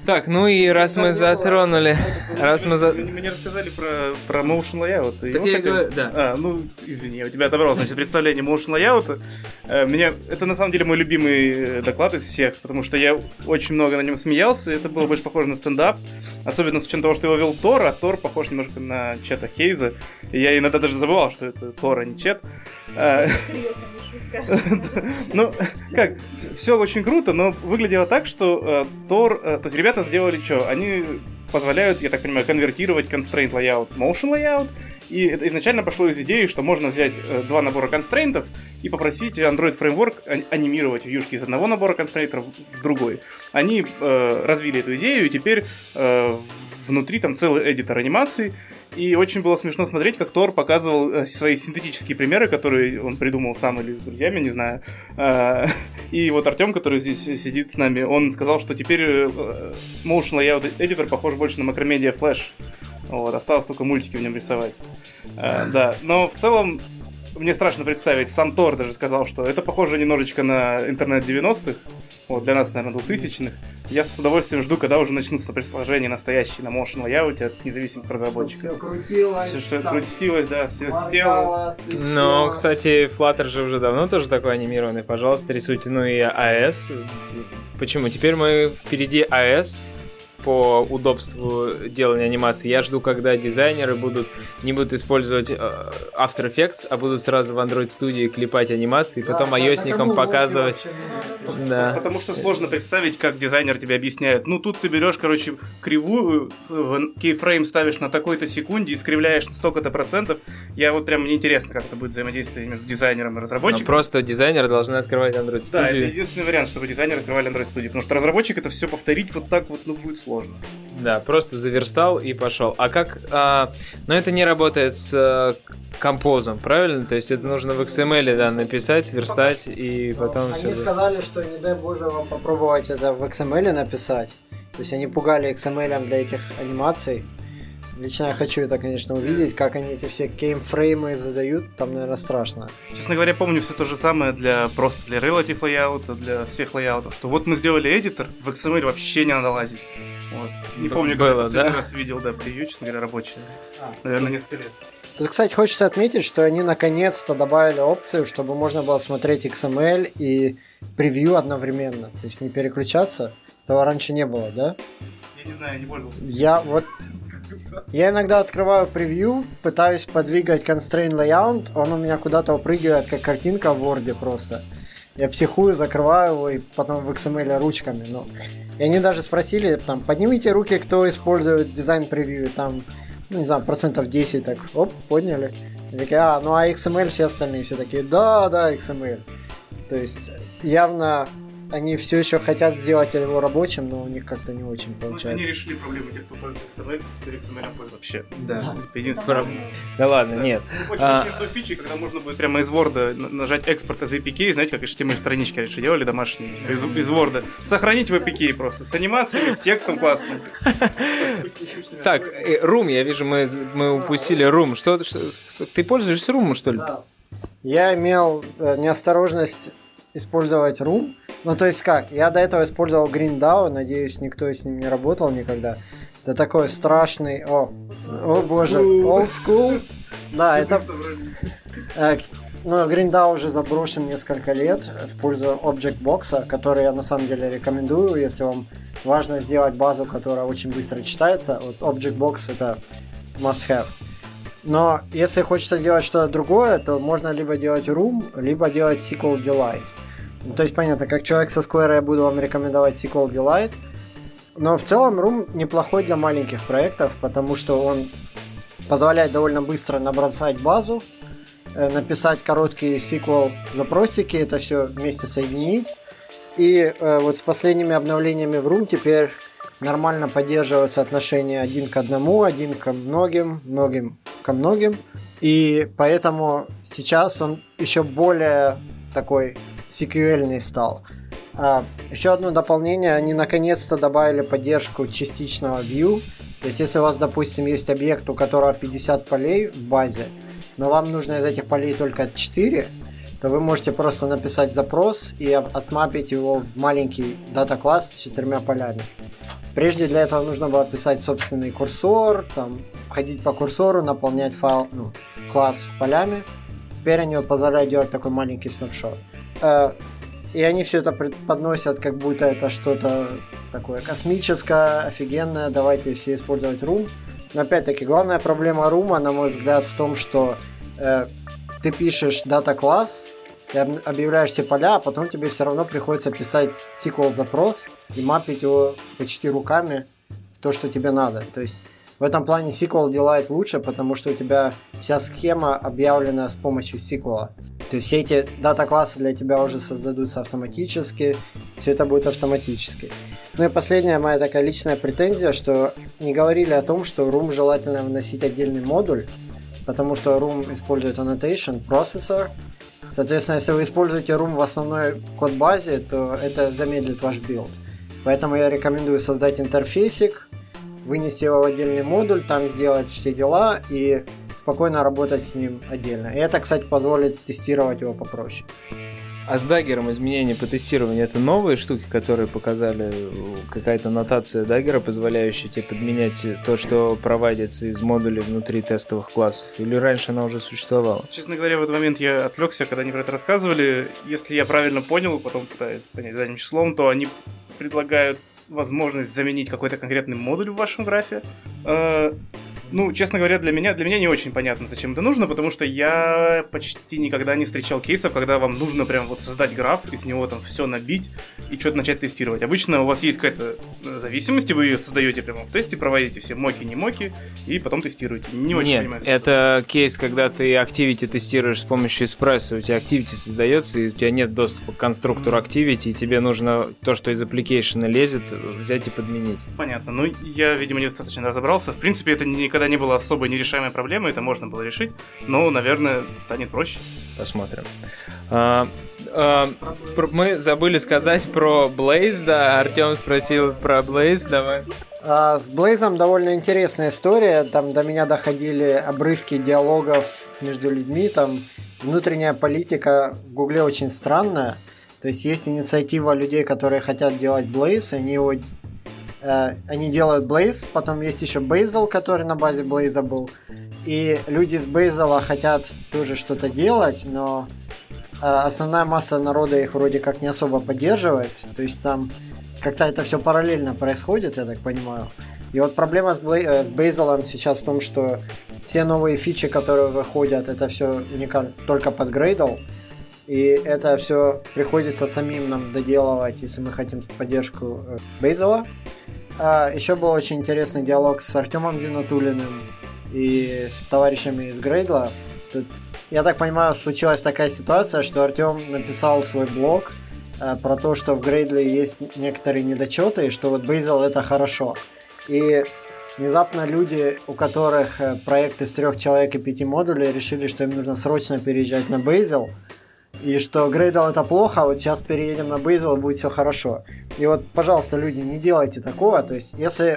Так, ну и раз мы затронули... Раз мы за... Мне рассказали про, про motion layout. Так я говорю, да. А, ну, извини, я у тебя отобрал, значит, представление motion layout. Меня... Это на самом деле мой любимый доклад из всех, потому что я очень много на нем смеялся, это было больше похоже на стендап, особенно с учетом того, что его вел Тор, а Тор похож немножко на Чета Хейза, и я иногда даже забывал, что это Тор, а не Чет. Серьезно, не шутка. Ну, как, все очень круто, но выглядело так, что Тор, то есть ребята сделали что? Они позволяют, я так понимаю, конвертировать constraint layout в motion layout. И это изначально пошло из идеи, что можно взять э, два набора констрейнтов и попросить Android Framework анимировать вьюшки из одного набора констрейнтов в другой. Они э, развили эту идею, и теперь э, внутри там целый эдитор анимаций. И очень было смешно смотреть, как Тор показывал э, свои синтетические примеры, которые он придумал сам или с друзьями, не знаю. Э, и вот Артем, который здесь сидит с нами, он сказал, что теперь э, Motion Layout Editor похож больше на Macromedia Flash. Вот, осталось только мультики в нем рисовать. А, да, но в целом мне страшно представить, сам Тор даже сказал, что это похоже немножечко на интернет девяностых, вот, для нас, наверное, двухтысячных. Я с удовольствием жду, когда уже начнутся предложения настоящие на motion layout от независимых разработчиков. Все крутилось. Все, все крутилось, да, свистело. Ну, кстати, Flutter же уже давно тоже такой анимированный. Пожалуйста, рисуйте. Ну и эй эс. Почему? Теперь мы впереди эй эс по удобству делания анимации. Я жду, когда дизайнеры будут не будут использовать э, After Effects, а будут сразу в Android Studio клепать анимации, и потом да, iOS-никам показывать. Да. Потому что сложно представить, как дизайнер тебе объясняет. Ну, тут ты берешь, короче, кривую, кейфрейм ставишь на такой-то секунде, искривляешь на столько-то процентов. Я вот прям, мне интересно, как это будет взаимодействие между дизайнером и разработчиком. Но просто дизайнеры должны открывать Android Studio. Да, это единственный вариант, чтобы дизайнеры открывали Android Studio. Потому что разработчик это все повторить вот так вот, ну, будет сложно. Да, просто заверстал и пошел. А как... А, но это не работает с а, композом, правильно? То есть это нужно в икс эм эль, да, написать, сверстать и потом Они все... Они сказали, что не дай боже вам попробовать это в икс эм эль написать. То есть они пугали икс эм эль для этих анимаций. Лично я хочу это, конечно, увидеть, как они эти все кеймфреймы задают, там, наверное, страшно. Честно говоря, помню все то же самое для просто для relative layout, для всех лейаутов, что вот мы сделали эдитор, в икс эм эль вообще не надо лазить. Вот. Не помню, было, когда да? последний раз видел, да, превью, честно говоря, рабочее. А, наверное, несколько лет. Тут, кстати, хочется отметить, что они наконец-то добавили опцию, чтобы можно было смотреть икс эм эль и превью одновременно. То есть не переключаться. Этого раньше не было, да? Я не знаю, я не пользовался. Я вот... Я иногда открываю превью, пытаюсь подвигать constraint layout, он у меня куда-то упрыгивает, как картинка в Word просто. Я психую, закрываю его и потом в икс эм эль ручками. Но... И они даже спросили, там, поднимите руки, кто использует дизайн превью, там, ну, не знаю, процентов десять, так, оп, подняли. И такие, а, ну а икс эм эль все остальные, все такие, да, да, икс эм эль. То есть, явно они все еще хотят сделать его рабочим, но у них как-то не очень получается. Ну, они решили проблему тех, кто пользуется икс эм эль, теперь икс эм эль пользуется вообще. Да. Это единственная проблема. Да ладно, да. нет. Очень а... смешной фичи, когда можно будет прямо из Word нажать экспорт из эй пи кей, знаете, как эйч ти эм эль-странички раньше делали домашние, типа из, из Word. Сохранить в эй пи кей просто, с анимациями, с текстом классно. Так, Room, я вижу, мы, мы упустили Room. Что, что, ты пользуешься Room, что ли? Да. Я имел э, неосторожность использовать Room. Ну, то есть как? Я до этого использовал GreenDAO, надеюсь, никто с ним не работал никогда. Это такой страшный... О, о боже, old school. Да, это... Э, ну, GreenDAO уже заброшен несколько лет в пользу ObjectBox, который я на самом деле рекомендую, если вам важно сделать базу, которая очень быстро читается. Вот ObjectBox это must-have. Но если хочется делать что-то другое, то можно либо делать Room, либо делать эс ку эль-Delight. Ну, то есть, понятно, как человек со Square я буду вам рекомендовать эс ку эль-Delight. Но в целом Room неплохой для маленьких проектов, потому что он позволяет довольно быстро набросать базу, написать короткие эс ку эль-запросики, это все вместе соединить. И э, вот с последними обновлениями в Room теперь нормально поддерживаются отношения один к одному, один к многим, многим ко многим. И поэтому сейчас он еще более такой эс ку эль-ный стал. А, еще одно дополнение, они наконец-то добавили поддержку частичного view. То есть если у вас, допустим, есть объект, у которого пятьдесят полей в базе, но вам нужно из этих полей только четыре, то вы можете просто написать запрос и отмапить его в маленький дата-класс с четырьмя полями. Прежде для этого нужно было писать собственный курсор, там, ходить по курсору, наполнять файл, ну, класс полями. Теперь они вот позволяют делать такой маленький снапшот. И они все это преподносят, как будто это что-то такое космическое, офигенное, давайте все использовать Room. Но опять-таки, главная проблема Room, на мой взгляд, в том, что э, ты пишешь дата-класс, ты объявляешь все поля, а потом тебе все равно приходится писать эс ку эль-запрос и мапить его почти руками в то, что тебе надо. То есть в этом плане эс ку эль делает лучше, потому что у тебя вся схема объявлена с помощью эс ку эль. То есть все эти дата-классы для тебя уже создадутся автоматически, все это будет автоматически. Ну и последняя моя такая личная претензия, что не говорили о том, что Room желательно вносить отдельный модуль, потому что Room использует annotation processor. Соответственно, если вы используете Room в основной код-базе, то это замедлит ваш билд. Поэтому я рекомендую создать интерфейсик, вынести его в отдельный модуль, там сделать все дела и спокойно работать с ним отдельно. И это, кстати, позволит тестировать его попроще. А с даггером изменения по тестированию — это новые штуки, которые показали? Какая-то нотация даггера, позволяющая тебе подменять то, что проводится из модулей внутри тестовых классов? Или раньше она уже существовала? Честно говоря, в этот момент я отвлекся, когда они про это рассказывали. Если я правильно понял, потом пытаюсь понять задним числом, то они предлагают возможность заменить какой-то конкретный модуль в вашем графе. Ну, честно говоря, для меня, для меня не очень понятно, зачем это нужно, потому что я почти никогда не встречал кейсов, когда вам нужно прям вот создать граф, из него там все набить и что-то начать тестировать. Обычно у вас есть какая-то зависимость, и вы ее создаете прямо в тесте, проводите все моки, не моки, и потом тестируете. Не очень Нет, понимаю. это кейс, когда ты Activity тестируешь с помощью Espresso, у тебя Activity создается, и у тебя нет доступа к конструктору Activity, и тебе нужно то, что из application лезет, взять и подменить. Понятно. Ну, я, видимо, недостаточно разобрался. В принципе, это никогда не было особо нерешаемой проблемой, это можно было решить, но, наверное, станет проще. Посмотрим. А, а, мы забыли сказать про Blaze, да, Артем спросил про Blaze, давай. А, с Blaze довольно интересная история, там до меня доходили обрывки диалогов между людьми, там внутренняя политика в Гугле очень странная, то есть есть инициатива людей, которые хотят делать Blaze, они его Они делают Blaze, потом есть еще Bazel, который на базе Blaze был. И люди с Bazel хотят тоже что-то делать, но основная масса народа их вроде как не особо поддерживает. То есть там как-то это все параллельно происходит, я так понимаю. И вот проблема с, Bla- с Bazel сейчас в том, что все новые фичи, которые выходят, это все уникально только под Gradle. И это все приходится самим нам доделывать, если мы хотим поддержку Bazel. А еще был очень интересный диалог с Артемом Зинатуллиным и с товарищами из Gradle. Тут, я так понимаю, случилась такая ситуация, что Артем написал свой блог а, про то, что в Gradle есть некоторые недочеты, и что вот Bazel это хорошо. И внезапно люди, у которых проект из трех человек и пяти модулей, решили, что им нужно срочно переезжать на Bazel. И что Gradle это плохо, а вот сейчас переедем на Bazel, будет все хорошо. И вот, пожалуйста, люди, не делайте такого. То есть, если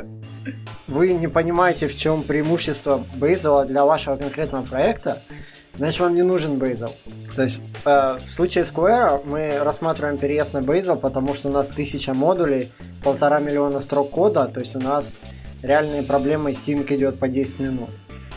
вы не понимаете, в чем преимущество Bazel для вашего конкретного проекта, значит, вам не нужен Bazel. То есть, э, в случае Square мы рассматриваем переезд на Bazel, потому что у нас тысяча модулей, полтора миллиона строк кода, то есть у нас реальные проблемы, синк идет по десять минут.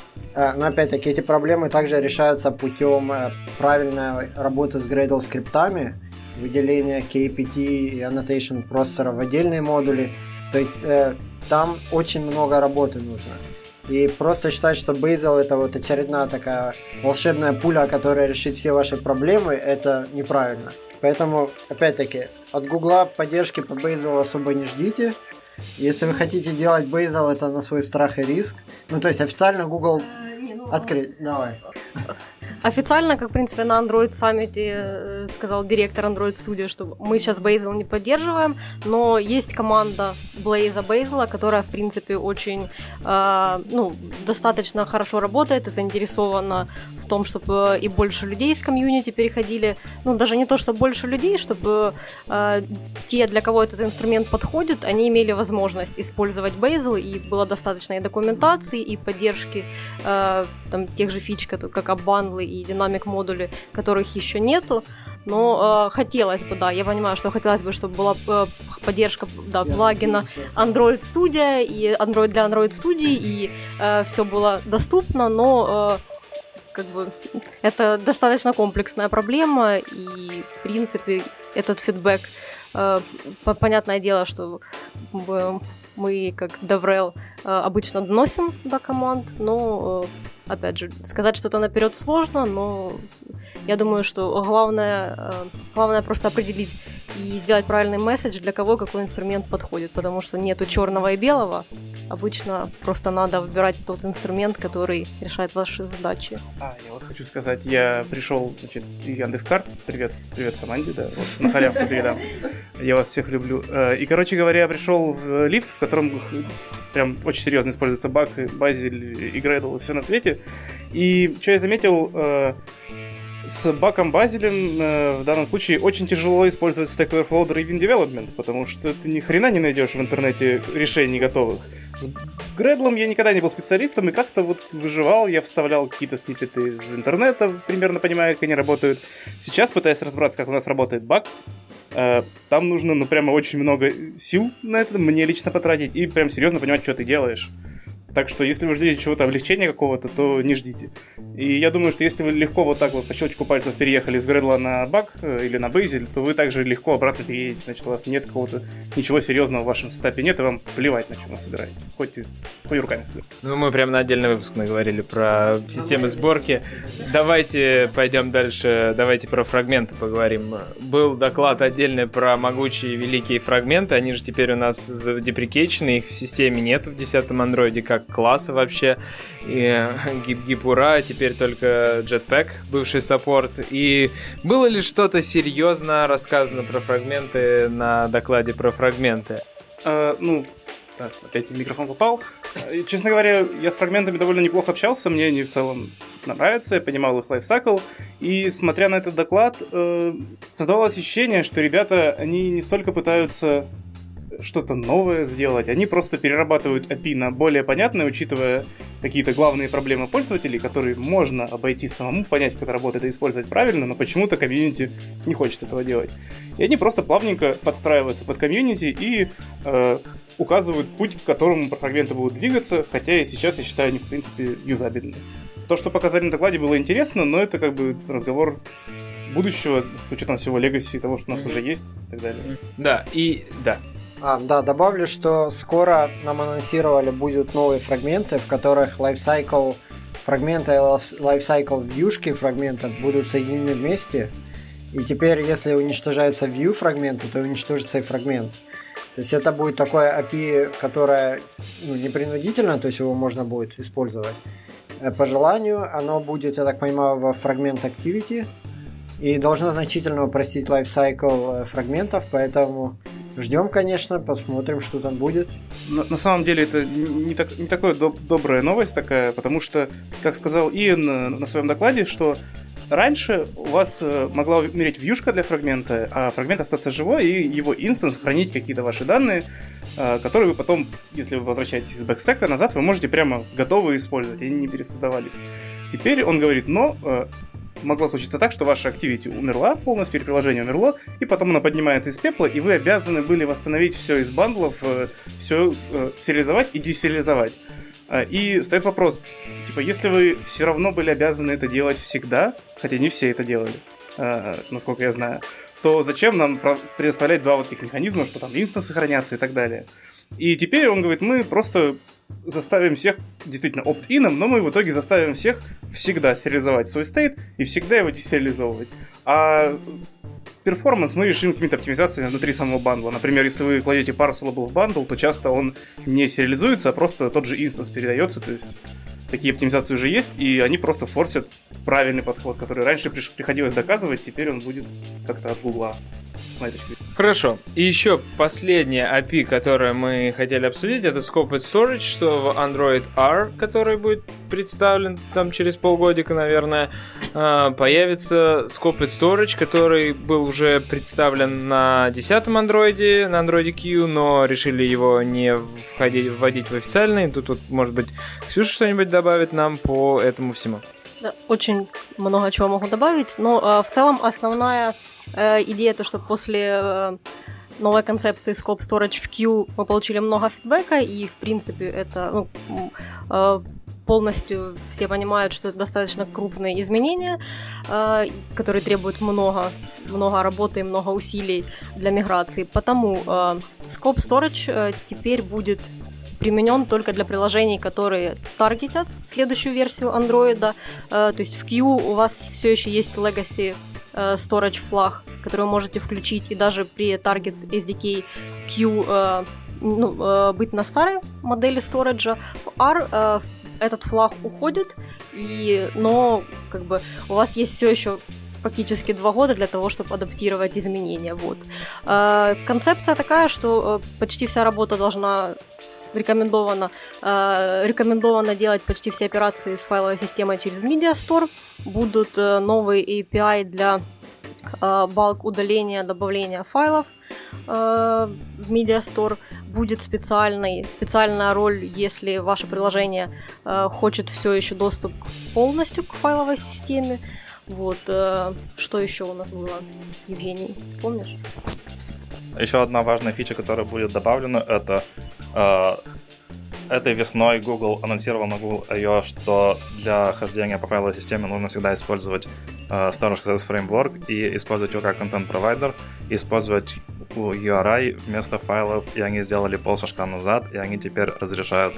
Но опять-таки эти проблемы также решаются путем правильной работы с Gradle скриптами, выделения кей пи ти и annotation процессора в отдельные модули. То есть э, там очень много работы нужно. И просто считать, что Bazel это вот очередная такая волшебная пуля, которая решит все ваши проблемы, это неправильно. Поэтому, опять-таки, от Гугла поддержки по Bazel особо не ждите. Если вы хотите делать Bazel, это на свой страх и риск. Ну, то есть официально Google открыть. Давай. Официально, как, в принципе, на Android Summit сказал директор Android Studio, что мы сейчас Bazel не поддерживаем, но есть команда Blaze Bazel, которая, в принципе, очень, э, ну, достаточно хорошо работает и заинтересована в том, чтобы и больше людей из комьюнити переходили. Ну, даже не то, что больше людей, чтобы э, те, для кого этот инструмент подходит, они имели возможность использовать Bazel, и было достаточно и документации, и поддержки э, э, там, тех же фич, как, как аббандлы и динамик-модули, которых еще нету. Но э, хотелось бы, да, я понимаю, что хотелось бы, чтобы была э, поддержка да, плагина Android Studio и Android для Android Studio, и э, все было доступно, но э, как бы это достаточно комплексная проблема, и в принципе этот фидбэк, э, понятное дело, что мы как DevRel э, обычно доносим до команд, но э, опять же, сказать что-то наперед сложно, но я думаю, что главное, главное просто определить и сделать правильный месседж, для кого какой инструмент подходит, потому что нету черного и белого. Обычно просто надо выбирать тот инструмент, который решает ваши задачи. А, я вот хочу сказать, я пришел, значит, из Яндекс.Карт. Привет, привет команде, да, вот на халявку передам. Я вас всех люблю. И, короче говоря, я пришел в лифт, в котором прям очень серьезно используется баг, Базиль, и Gradle, и все на свете. И что я заметил, с баком Базилем э, в данном случае очень тяжело использовать Stack Overflow Driven Development, потому что ты ни хрена не найдешь в интернете решений готовых. С Gradle я никогда не был специалистом и как-то вот выживал, я вставлял какие-то сниппеты из интернета, примерно понимая, как они работают. Сейчас, пытаясь разобраться, как у нас работает баг, э, там нужно, ну, прямо очень много сил на это, мне лично потратить, и прям серьезно понимать, что ты делаешь. Так что, если вы ждете чего-то, облегчения какого-то, то не ждите. И я думаю, что если вы легко вот так вот по щелчку пальцев переехали с Gradle на баг э, или на Bazel, то вы также легко обратно переедете. Значит, у вас нет какого-то ничего серьезного в вашем сетапе нет, и вам плевать, на чем вы собираете. Хоть, хоть руками собираете. Ну, мы прям на отдельный выпуск наговорили про системы сборки. Давайте пойдем дальше, давайте про фрагменты поговорим. Был доклад отдельный про могучие великие фрагменты, они же теперь у нас задеприкейчены, их в системе нету в десятом андроиде, как класса вообще, и гип-гип ура, теперь только Jetpack, бывший саппорт. И было ли что-то серьезно рассказано про фрагменты на докладе про фрагменты? А, ну, так, опять микрофон попал. Честно говоря, я с фрагментами довольно неплохо общался, мне они в целом нравятся, я понимал их лайфсайкл, и смотря на этот доклад, э, создавалось ощущение, что ребята, они не столько пытаются что-то новое сделать, они просто перерабатывают эй пи ай на более понятное, учитывая какие-то главные проблемы пользователей, которые можно обойти самому, понять, как это работает и использовать правильно, но почему-то комьюнити не хочет этого делать. И они просто плавненько подстраиваются под комьюнити и э, указывают путь, к которому фрагменты будут двигаться, хотя и сейчас, я считаю, они, в принципе, юзабельны. То, что показали на докладе, было интересно, но это как бы разговор будущего, с учетом всего легаси и того, что у нас уже есть, и так далее. Да, и да. А, да, добавлю, что скоро нам анонсировали будут новые фрагменты, в которых лайфсайкл фрагменты и лайфсайкл вьюшки фрагментов будут соединены вместе. И теперь, если уничтожается view фрагменты, то уничтожится и фрагмент. То есть это будет такое эй пи ай, которое ну, не принудительно, то есть его можно будет использовать. По желанию оно будет, я так понимаю, во фрагмент activity и должно значительно упростить лайфсайкл фрагментов, поэтому ждем, конечно, посмотрим, что там будет. На, на самом деле это не, так, не такая доб- добрая новость такая, потому что, как сказал Иэн на, на своем докладе, что раньше у вас могла умереть вьюшка для фрагмента, а фрагмент остаться живой, и его инстанс хранить какие-то ваши данные, которые вы потом, если вы возвращаетесь из бэкстека назад, вы можете прямо готовы использовать, они не пересоздавались. Теперь он говорит, но могло случиться так, что ваша activity умерла полностью, или приложение умерло, и потом оно поднимается из пепла, и вы обязаны были восстановить все из бандлов, все сериализовать и десериализовать. И стоит вопрос, типа, если вы все равно были обязаны это делать всегда, хотя не все это делали, насколько я знаю, то зачем нам предоставлять два вот этих механизма, что там инстансы хранятся и так далее. И теперь он говорит, мы просто заставим всех, действительно, опт-ином, но мы в итоге заставим всех всегда сериализовать свой стейт и всегда его десериализовывать. А перформанс мы решим какими-то оптимизациями внутри самого бандла. Например, если вы кладете parsable в бандл, то часто он не сериализуется, а просто тот же инстанс передается, то есть такие оптимизации уже есть, и они просто форсят правильный подход, который раньше приходилось доказывать, теперь он будет как-то от гугла. Хорошо. И еще последняя эй пи ай, которую мы хотели обсудить, это Scoped Storage, что в Android R, который будет представлен там через полгодика, наверное, появится Scoped Storage, который был уже представлен на десятом андроиде, на Android Q, но решили его не входить, вводить в официальный. Тут, тут, может быть, Ксюша что-нибудь добавит нам по этому всему. Да, очень много чего могу добавить, но э, в целом основная э, идея то, что после э, новой концепции Scope Storage в Q мы получили много фидбэка, и в принципе это ну, э, полностью все понимают, что это достаточно крупные изменения, э, которые требуют много, много работы и много усилий для миграции. Потому э, Scope Storage э, теперь будет применен только для приложений, которые таргетят следующую версию Android. Э, то есть в Q у вас все еще есть Legacy э, Storage флаг, который вы можете включить, и даже при Target эс ди кей Q э, ну, э, быть на старой модели сториджа. В R э, этот флаг уходит, и, но как бы у вас есть все еще фактически два года для того, чтобы адаптировать изменения. Вот. Э, концепция такая, что э, почти вся работа должна Рекомендовано, э, рекомендовано делать почти все операции с файловой системой через Media Store. Будут э, новые эй пи ай для э, балк удаления, добавления файлов э, в Media Store. Будет специальный, специальная роль, если ваше приложение э, хочет все еще доступ полностью к файловой системе. Вот. Э, что еще у нас было, Евгений, помнишь? Еще одна важная фича, которая будет добавлена, это э, этой весной Google анонсировал на Google ай о, что для хождения по файловой системе нужно всегда использовать э, Storage Access Framework и использовать его как контент-провайдер, использовать ю ар ай вместо файлов, и они сделали полшажка назад, и они теперь разрешают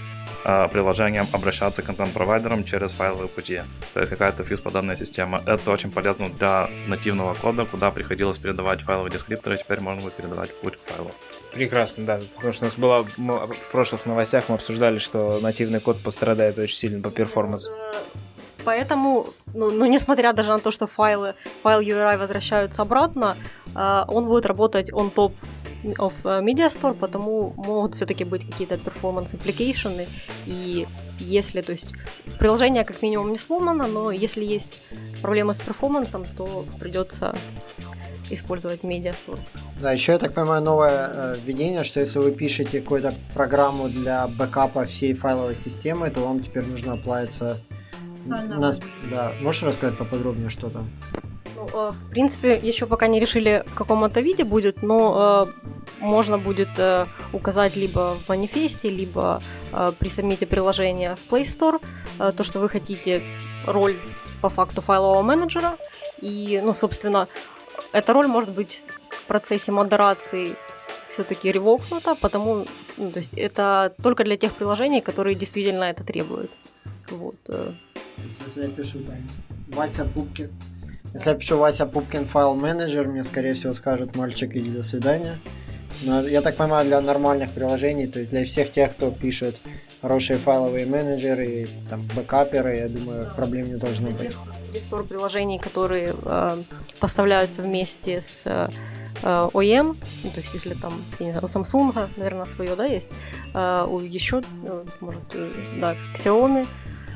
э, приложениям обращаться к контент-провайдерам через файловые пути. То есть какая-то фьюз-подобная система. Это очень полезно для нативного кода, куда приходилось передавать файловые дескрипторы, теперь можно будет передавать путь к файлу. Прекрасно, да. Потому что у нас было в прошлых новостях, мы обсуждали, что нативный код пострадает очень сильно по перформансу. Поэтому, ну, ну, несмотря даже на то, что файлы, файл ю ар ай возвращаются обратно, он будет работать on top of Media Store, потому могут все-таки быть какие-то performance implications, и если, то есть, приложение как минимум не сломано, но если есть проблемы с перформансом, то придется использовать Media Store. Да, еще, я так понимаю, новое э, введение, что если вы пишете какую-то программу для бэкапа всей файловой системы, то вам теперь нужно оплавиться. На... Да, можешь рассказать поподробнее, что там? Ну, э, в принципе, еще пока не решили, в каком это виде будет, но э, можно будет э, указать либо в манифесте, либо э, при сабмите приложения в Play Store, э, то, что вы хотите роль по факту файлового менеджера, и, ну, собственно, эта роль может быть в процессе модерации все-таки ревокнута, потому, ну, то есть это только для тех приложений, которые действительно это требуют. Вот. Если я пишу там Вася Пупкин, если я пишу Вася Пупкин файл менеджер, мне скорее всего скажут: мальчик, иди до свидания. Но я так понимаю, для нормальных приложений, то есть для всех тех, кто пишет хорошие файловые менеджеры и там бэкаперы, я думаю, проблем не должно быть. Рестор приложений, которые э, поставляются вместе с э, о и эм, ну, то есть если там, я не знаю, у Samsung, наверное, свое, да, есть, э, у еще, э, может, да, Xiaomi.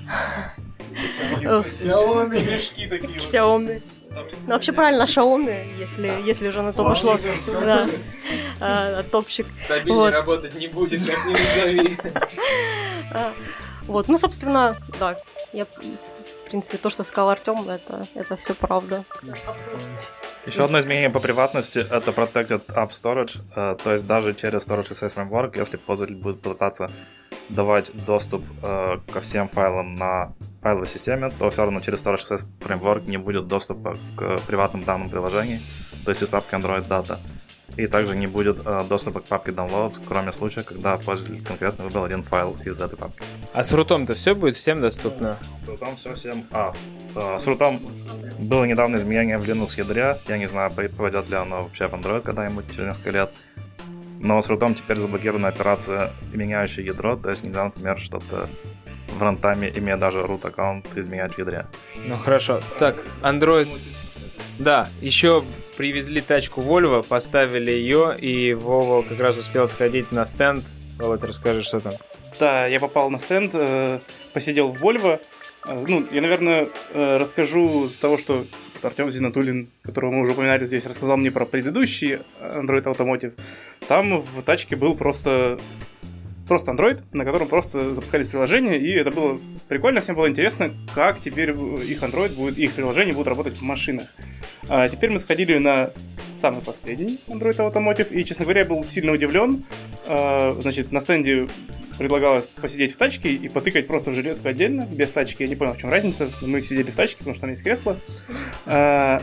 Xiaomi. Xiaomi. Ну, вообще правильно, Xiaomi, если, если уже на то пошло. Да. А, топчик. Стабильно вот. Работать не будет, как ни назови. Вот, ну, собственно, да, я, в принципе, то, что сказал Артём, это, это все правда. Еще одно изменение по приватности — это Protected App Storage, э, то есть даже через Storage Access Framework, если пользователь будет пытаться давать доступ э, ко всем файлам на файловой системе, то все равно через Storage Access Framework не будет доступа к приватным данным приложений, то есть из папки Android Data. И также не будет э, доступа к папке Downloads, кроме случая, когда пользователь конкретно выбрал один файл из этой папки. А с рутом-то все будет всем доступно? С рутом все всем... А, э, с рутом было недавно изменение в Linux ядре. Я не знаю, попадет ли оно вообще в Android когда-нибудь через несколько лет. Но с рутом теперь заблокирована операция, меняющая ядро. То есть нельзя, например, что-то в рантайме, имея даже root аккаунт, изменять в ядре. Ну хорошо. Так, Android... Да, еще привезли тачку Volvo, поставили ее, и Вова как раз успел сходить на стенд. Вот, расскажи, что там. Да, я попал на стенд, э, посидел в Volvo. Э, ну, я, наверное, э, расскажу с того, что Артем Зинатуллин, которого мы уже упоминали здесь, рассказал мне про предыдущий Android Automotive. Там в тачке был просто... Просто Android, на котором просто запускались приложения, и это было прикольно, всем было интересно, как теперь их Android будет, их приложения будут работать в машинах. А теперь мы сходили на самый последний Android Automotive, и, честно говоря, я был сильно удивлен. А, значит, на стенде предлагалось посидеть в тачке и потыкать просто в железку отдельно, без тачки. Я не понял, в чем разница. Мы сидели в тачке, потому что там есть кресло. А,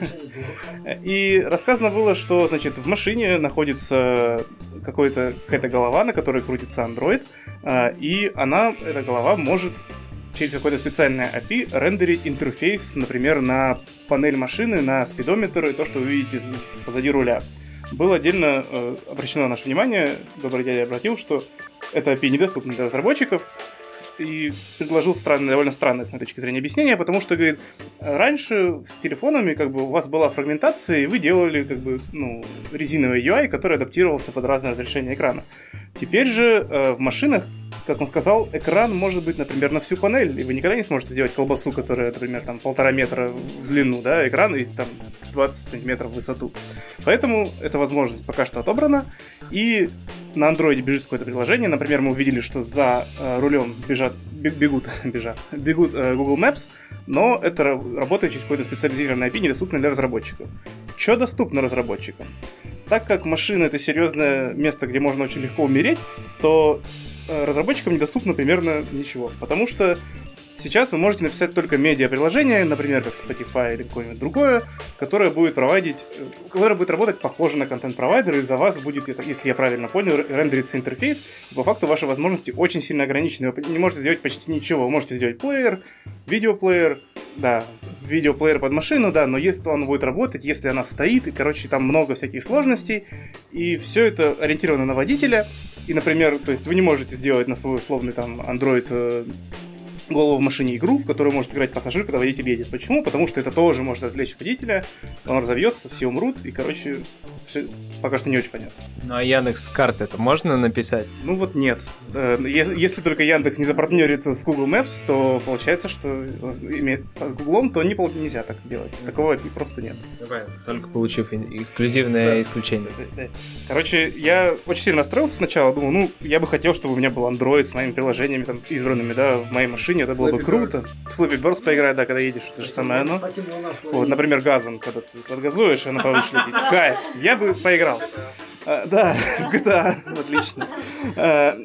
и рассказано было, что, значит, в машине находится какой-то, какая-то голова, на которой крутится Android, и она, эта голова, может через какое-то специальное эй пи рендерить интерфейс, например, на панель машины, на спидометр и то, что вы видите позади руля. Было отдельно э, обращено наше внимание, добрый дядя обратил, что это эй пи недоступно для разработчиков, и предложил странное, довольно странное, с моей точки зрения, объяснение, потому что, говорит, раньше с телефонами как бы у вас была фрагментация, и вы делали как бы, ну, резиновый ю ай, который адаптировался под разное разрешение экрана. Теперь же э, в машинах, как он сказал, экран может быть, например, на всю панель, и вы никогда не сможете сделать колбасу, которая, например, там полтора метра в длину, да, экран, и там двадцать сантиметров в высоту. Поэтому эта возможность пока что отобрана, и на андроиде бежит какое-то приложение, например, мы увидели, что за э, рулем бежат, бегут, бежат, бегут э, Google Maps, но это работает через какое-то специализированное эй пи, недоступное для разработчиков. Что доступно разработчикам? Так как машина — это серьезное место, где можно очень легко умереть, то разработчикам недоступно примерно ничего. Потому что сейчас вы можете написать только медиа-приложение, например, как Spotify или какое-нибудь другое, которое будет проводить, которое будет работать похоже на контент-провайдер, и за вас будет, если я правильно понял, рендериться интерфейс, и по факту ваши возможности очень сильно ограничены. Вы не можете сделать почти ничего. Вы можете сделать плеер, видеоплеер, да, видеоплеер под машину, да, но если он будет работать, если она стоит, и, короче, там много всяких сложностей, и все это ориентировано на водителя, и, например, то есть вы не можете сделать на свой условный там Android э, голову в машине игру, в которую может играть пассажир, когда водитель едет. Почему? Потому что это тоже может отвлечь водителя, он разовьется, все умрут, и, короче, все пока что не очень понятно. Ну а Яндекс.Карт это можно написать? Ну вот нет. Если, если только Яндекс не запартнерится с Google Maps, то получается, что имеет с Гуглом, то не, нельзя так сделать. Такого просто нет. Давай, только получив эксклюзивное да. исключение. Да, да. Короче, я очень сильно расстроился сначала, думал, ну, я бы хотел, чтобы у меня был Android с моими приложениями там избранными, да, в моей машине, это было Flappy бы круто. Birds. Flappy Birds поиграть, да, когда едешь, это же самое оно. Вот, например, газом, когда ты подгазуешь, и она повыше летит. Кайф, я бы поиграл. А, да, в джи ти эй, отлично. А,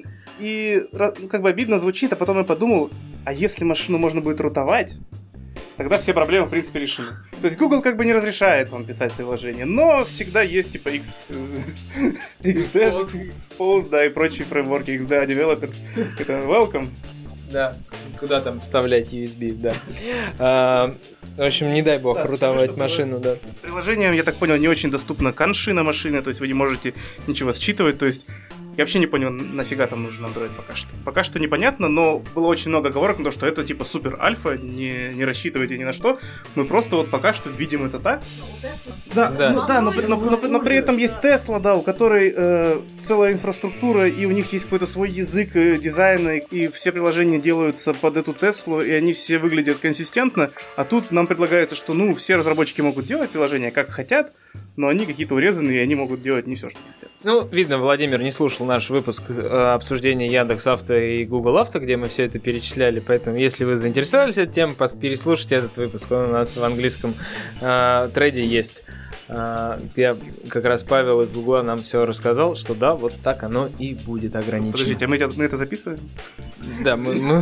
и как бы обидно звучит, а потом я подумал, а если машину можно будет рутовать, тогда все проблемы, в принципе, решены. То есть Google как бы не разрешает вам писать приложение, но всегда есть типа X, икс ди, Expose, да, и прочие фреймворки, икс ди Developer. Это welcome. Да, куда там вставлять ю эс би, да. А, в общем, не дай бог да, рутовать машину, да. Приложение, я так понял, не очень доступно канши на машине, то есть вы не можете ничего считывать, то есть я вообще не понял, нафига там нужен Android пока что. Пока что непонятно, но было очень много оговорок на то, что это типа супер альфа, не, не рассчитывайте ни на что. Мы просто вот пока что видим это так. Да, да, ну, да но, но, но, но, но при этом есть Tesla, да, у которой э, целая инфраструктура, и у них есть какой-то свой язык э, дизайна, и, и все приложения делаются под эту Теслу, и они все выглядят консистентно. А тут нам предлагается, что ну все разработчики могут делать приложения как хотят, но они какие-то урезанные, и они могут делать не все, что хотят. Ну, видно, Владимир не слушал наш выпуск э, обсуждения Яндекс.Авто и Google Авто, где мы все это перечисляли, поэтому если вы заинтересовались этой темой, переслушайте этот выпуск, он у нас в английском э, трейде есть. Э, я как раз Павел из Гугла нам все рассказал, что да, вот так оно и будет ограничено. Подождите, а мы это, мы это записываем? Да, мы...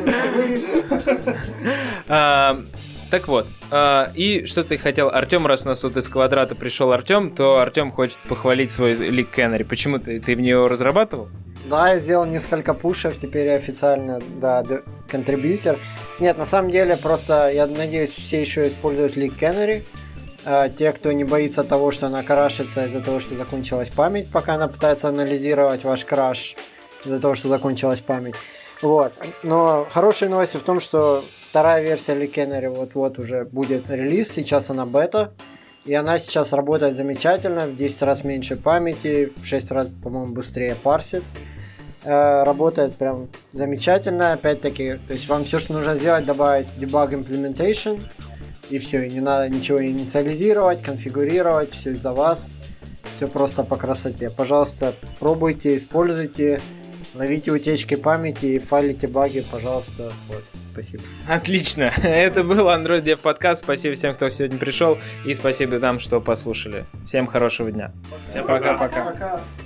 Так вот, э, и что ты хотел, Артем, раз у нас тут из квадрата пришел Артем, то Артем хочет похвалить свой Leak Canary. Почему ты, ты в нее разрабатывал? Да, я сделал несколько пушев, теперь я официально, да, контрибьютер. Нет, на самом деле, просто, я надеюсь, все еще используют Leak Canary. Э, те, кто не боится того, что она крашится из-за того, что закончилась память, пока она пытается анализировать ваш краш из-за того, что закончилась память. Вот. Но хорошая новость в том, что вторая версия Leak Canary вот-вот уже будет релиз, сейчас она бета. И она сейчас работает замечательно, в десять раз меньше памяти, в шесть раз, по-моему, быстрее парсит. Работает прям замечательно, опять-таки, то есть вам все, что нужно сделать, добавить debug implementation, и все, и не надо ничего инициализировать, конфигурировать, все за вас, все просто по красоте. Пожалуйста, пробуйте, используйте, ловите утечки памяти и файлите баги, пожалуйста. Вот, спасибо. Отлично, это был Android Dev Podcast, спасибо всем, кто сегодня пришел, и спасибо вам, что послушали. Всем хорошего дня. Всем пока-пока. Пока.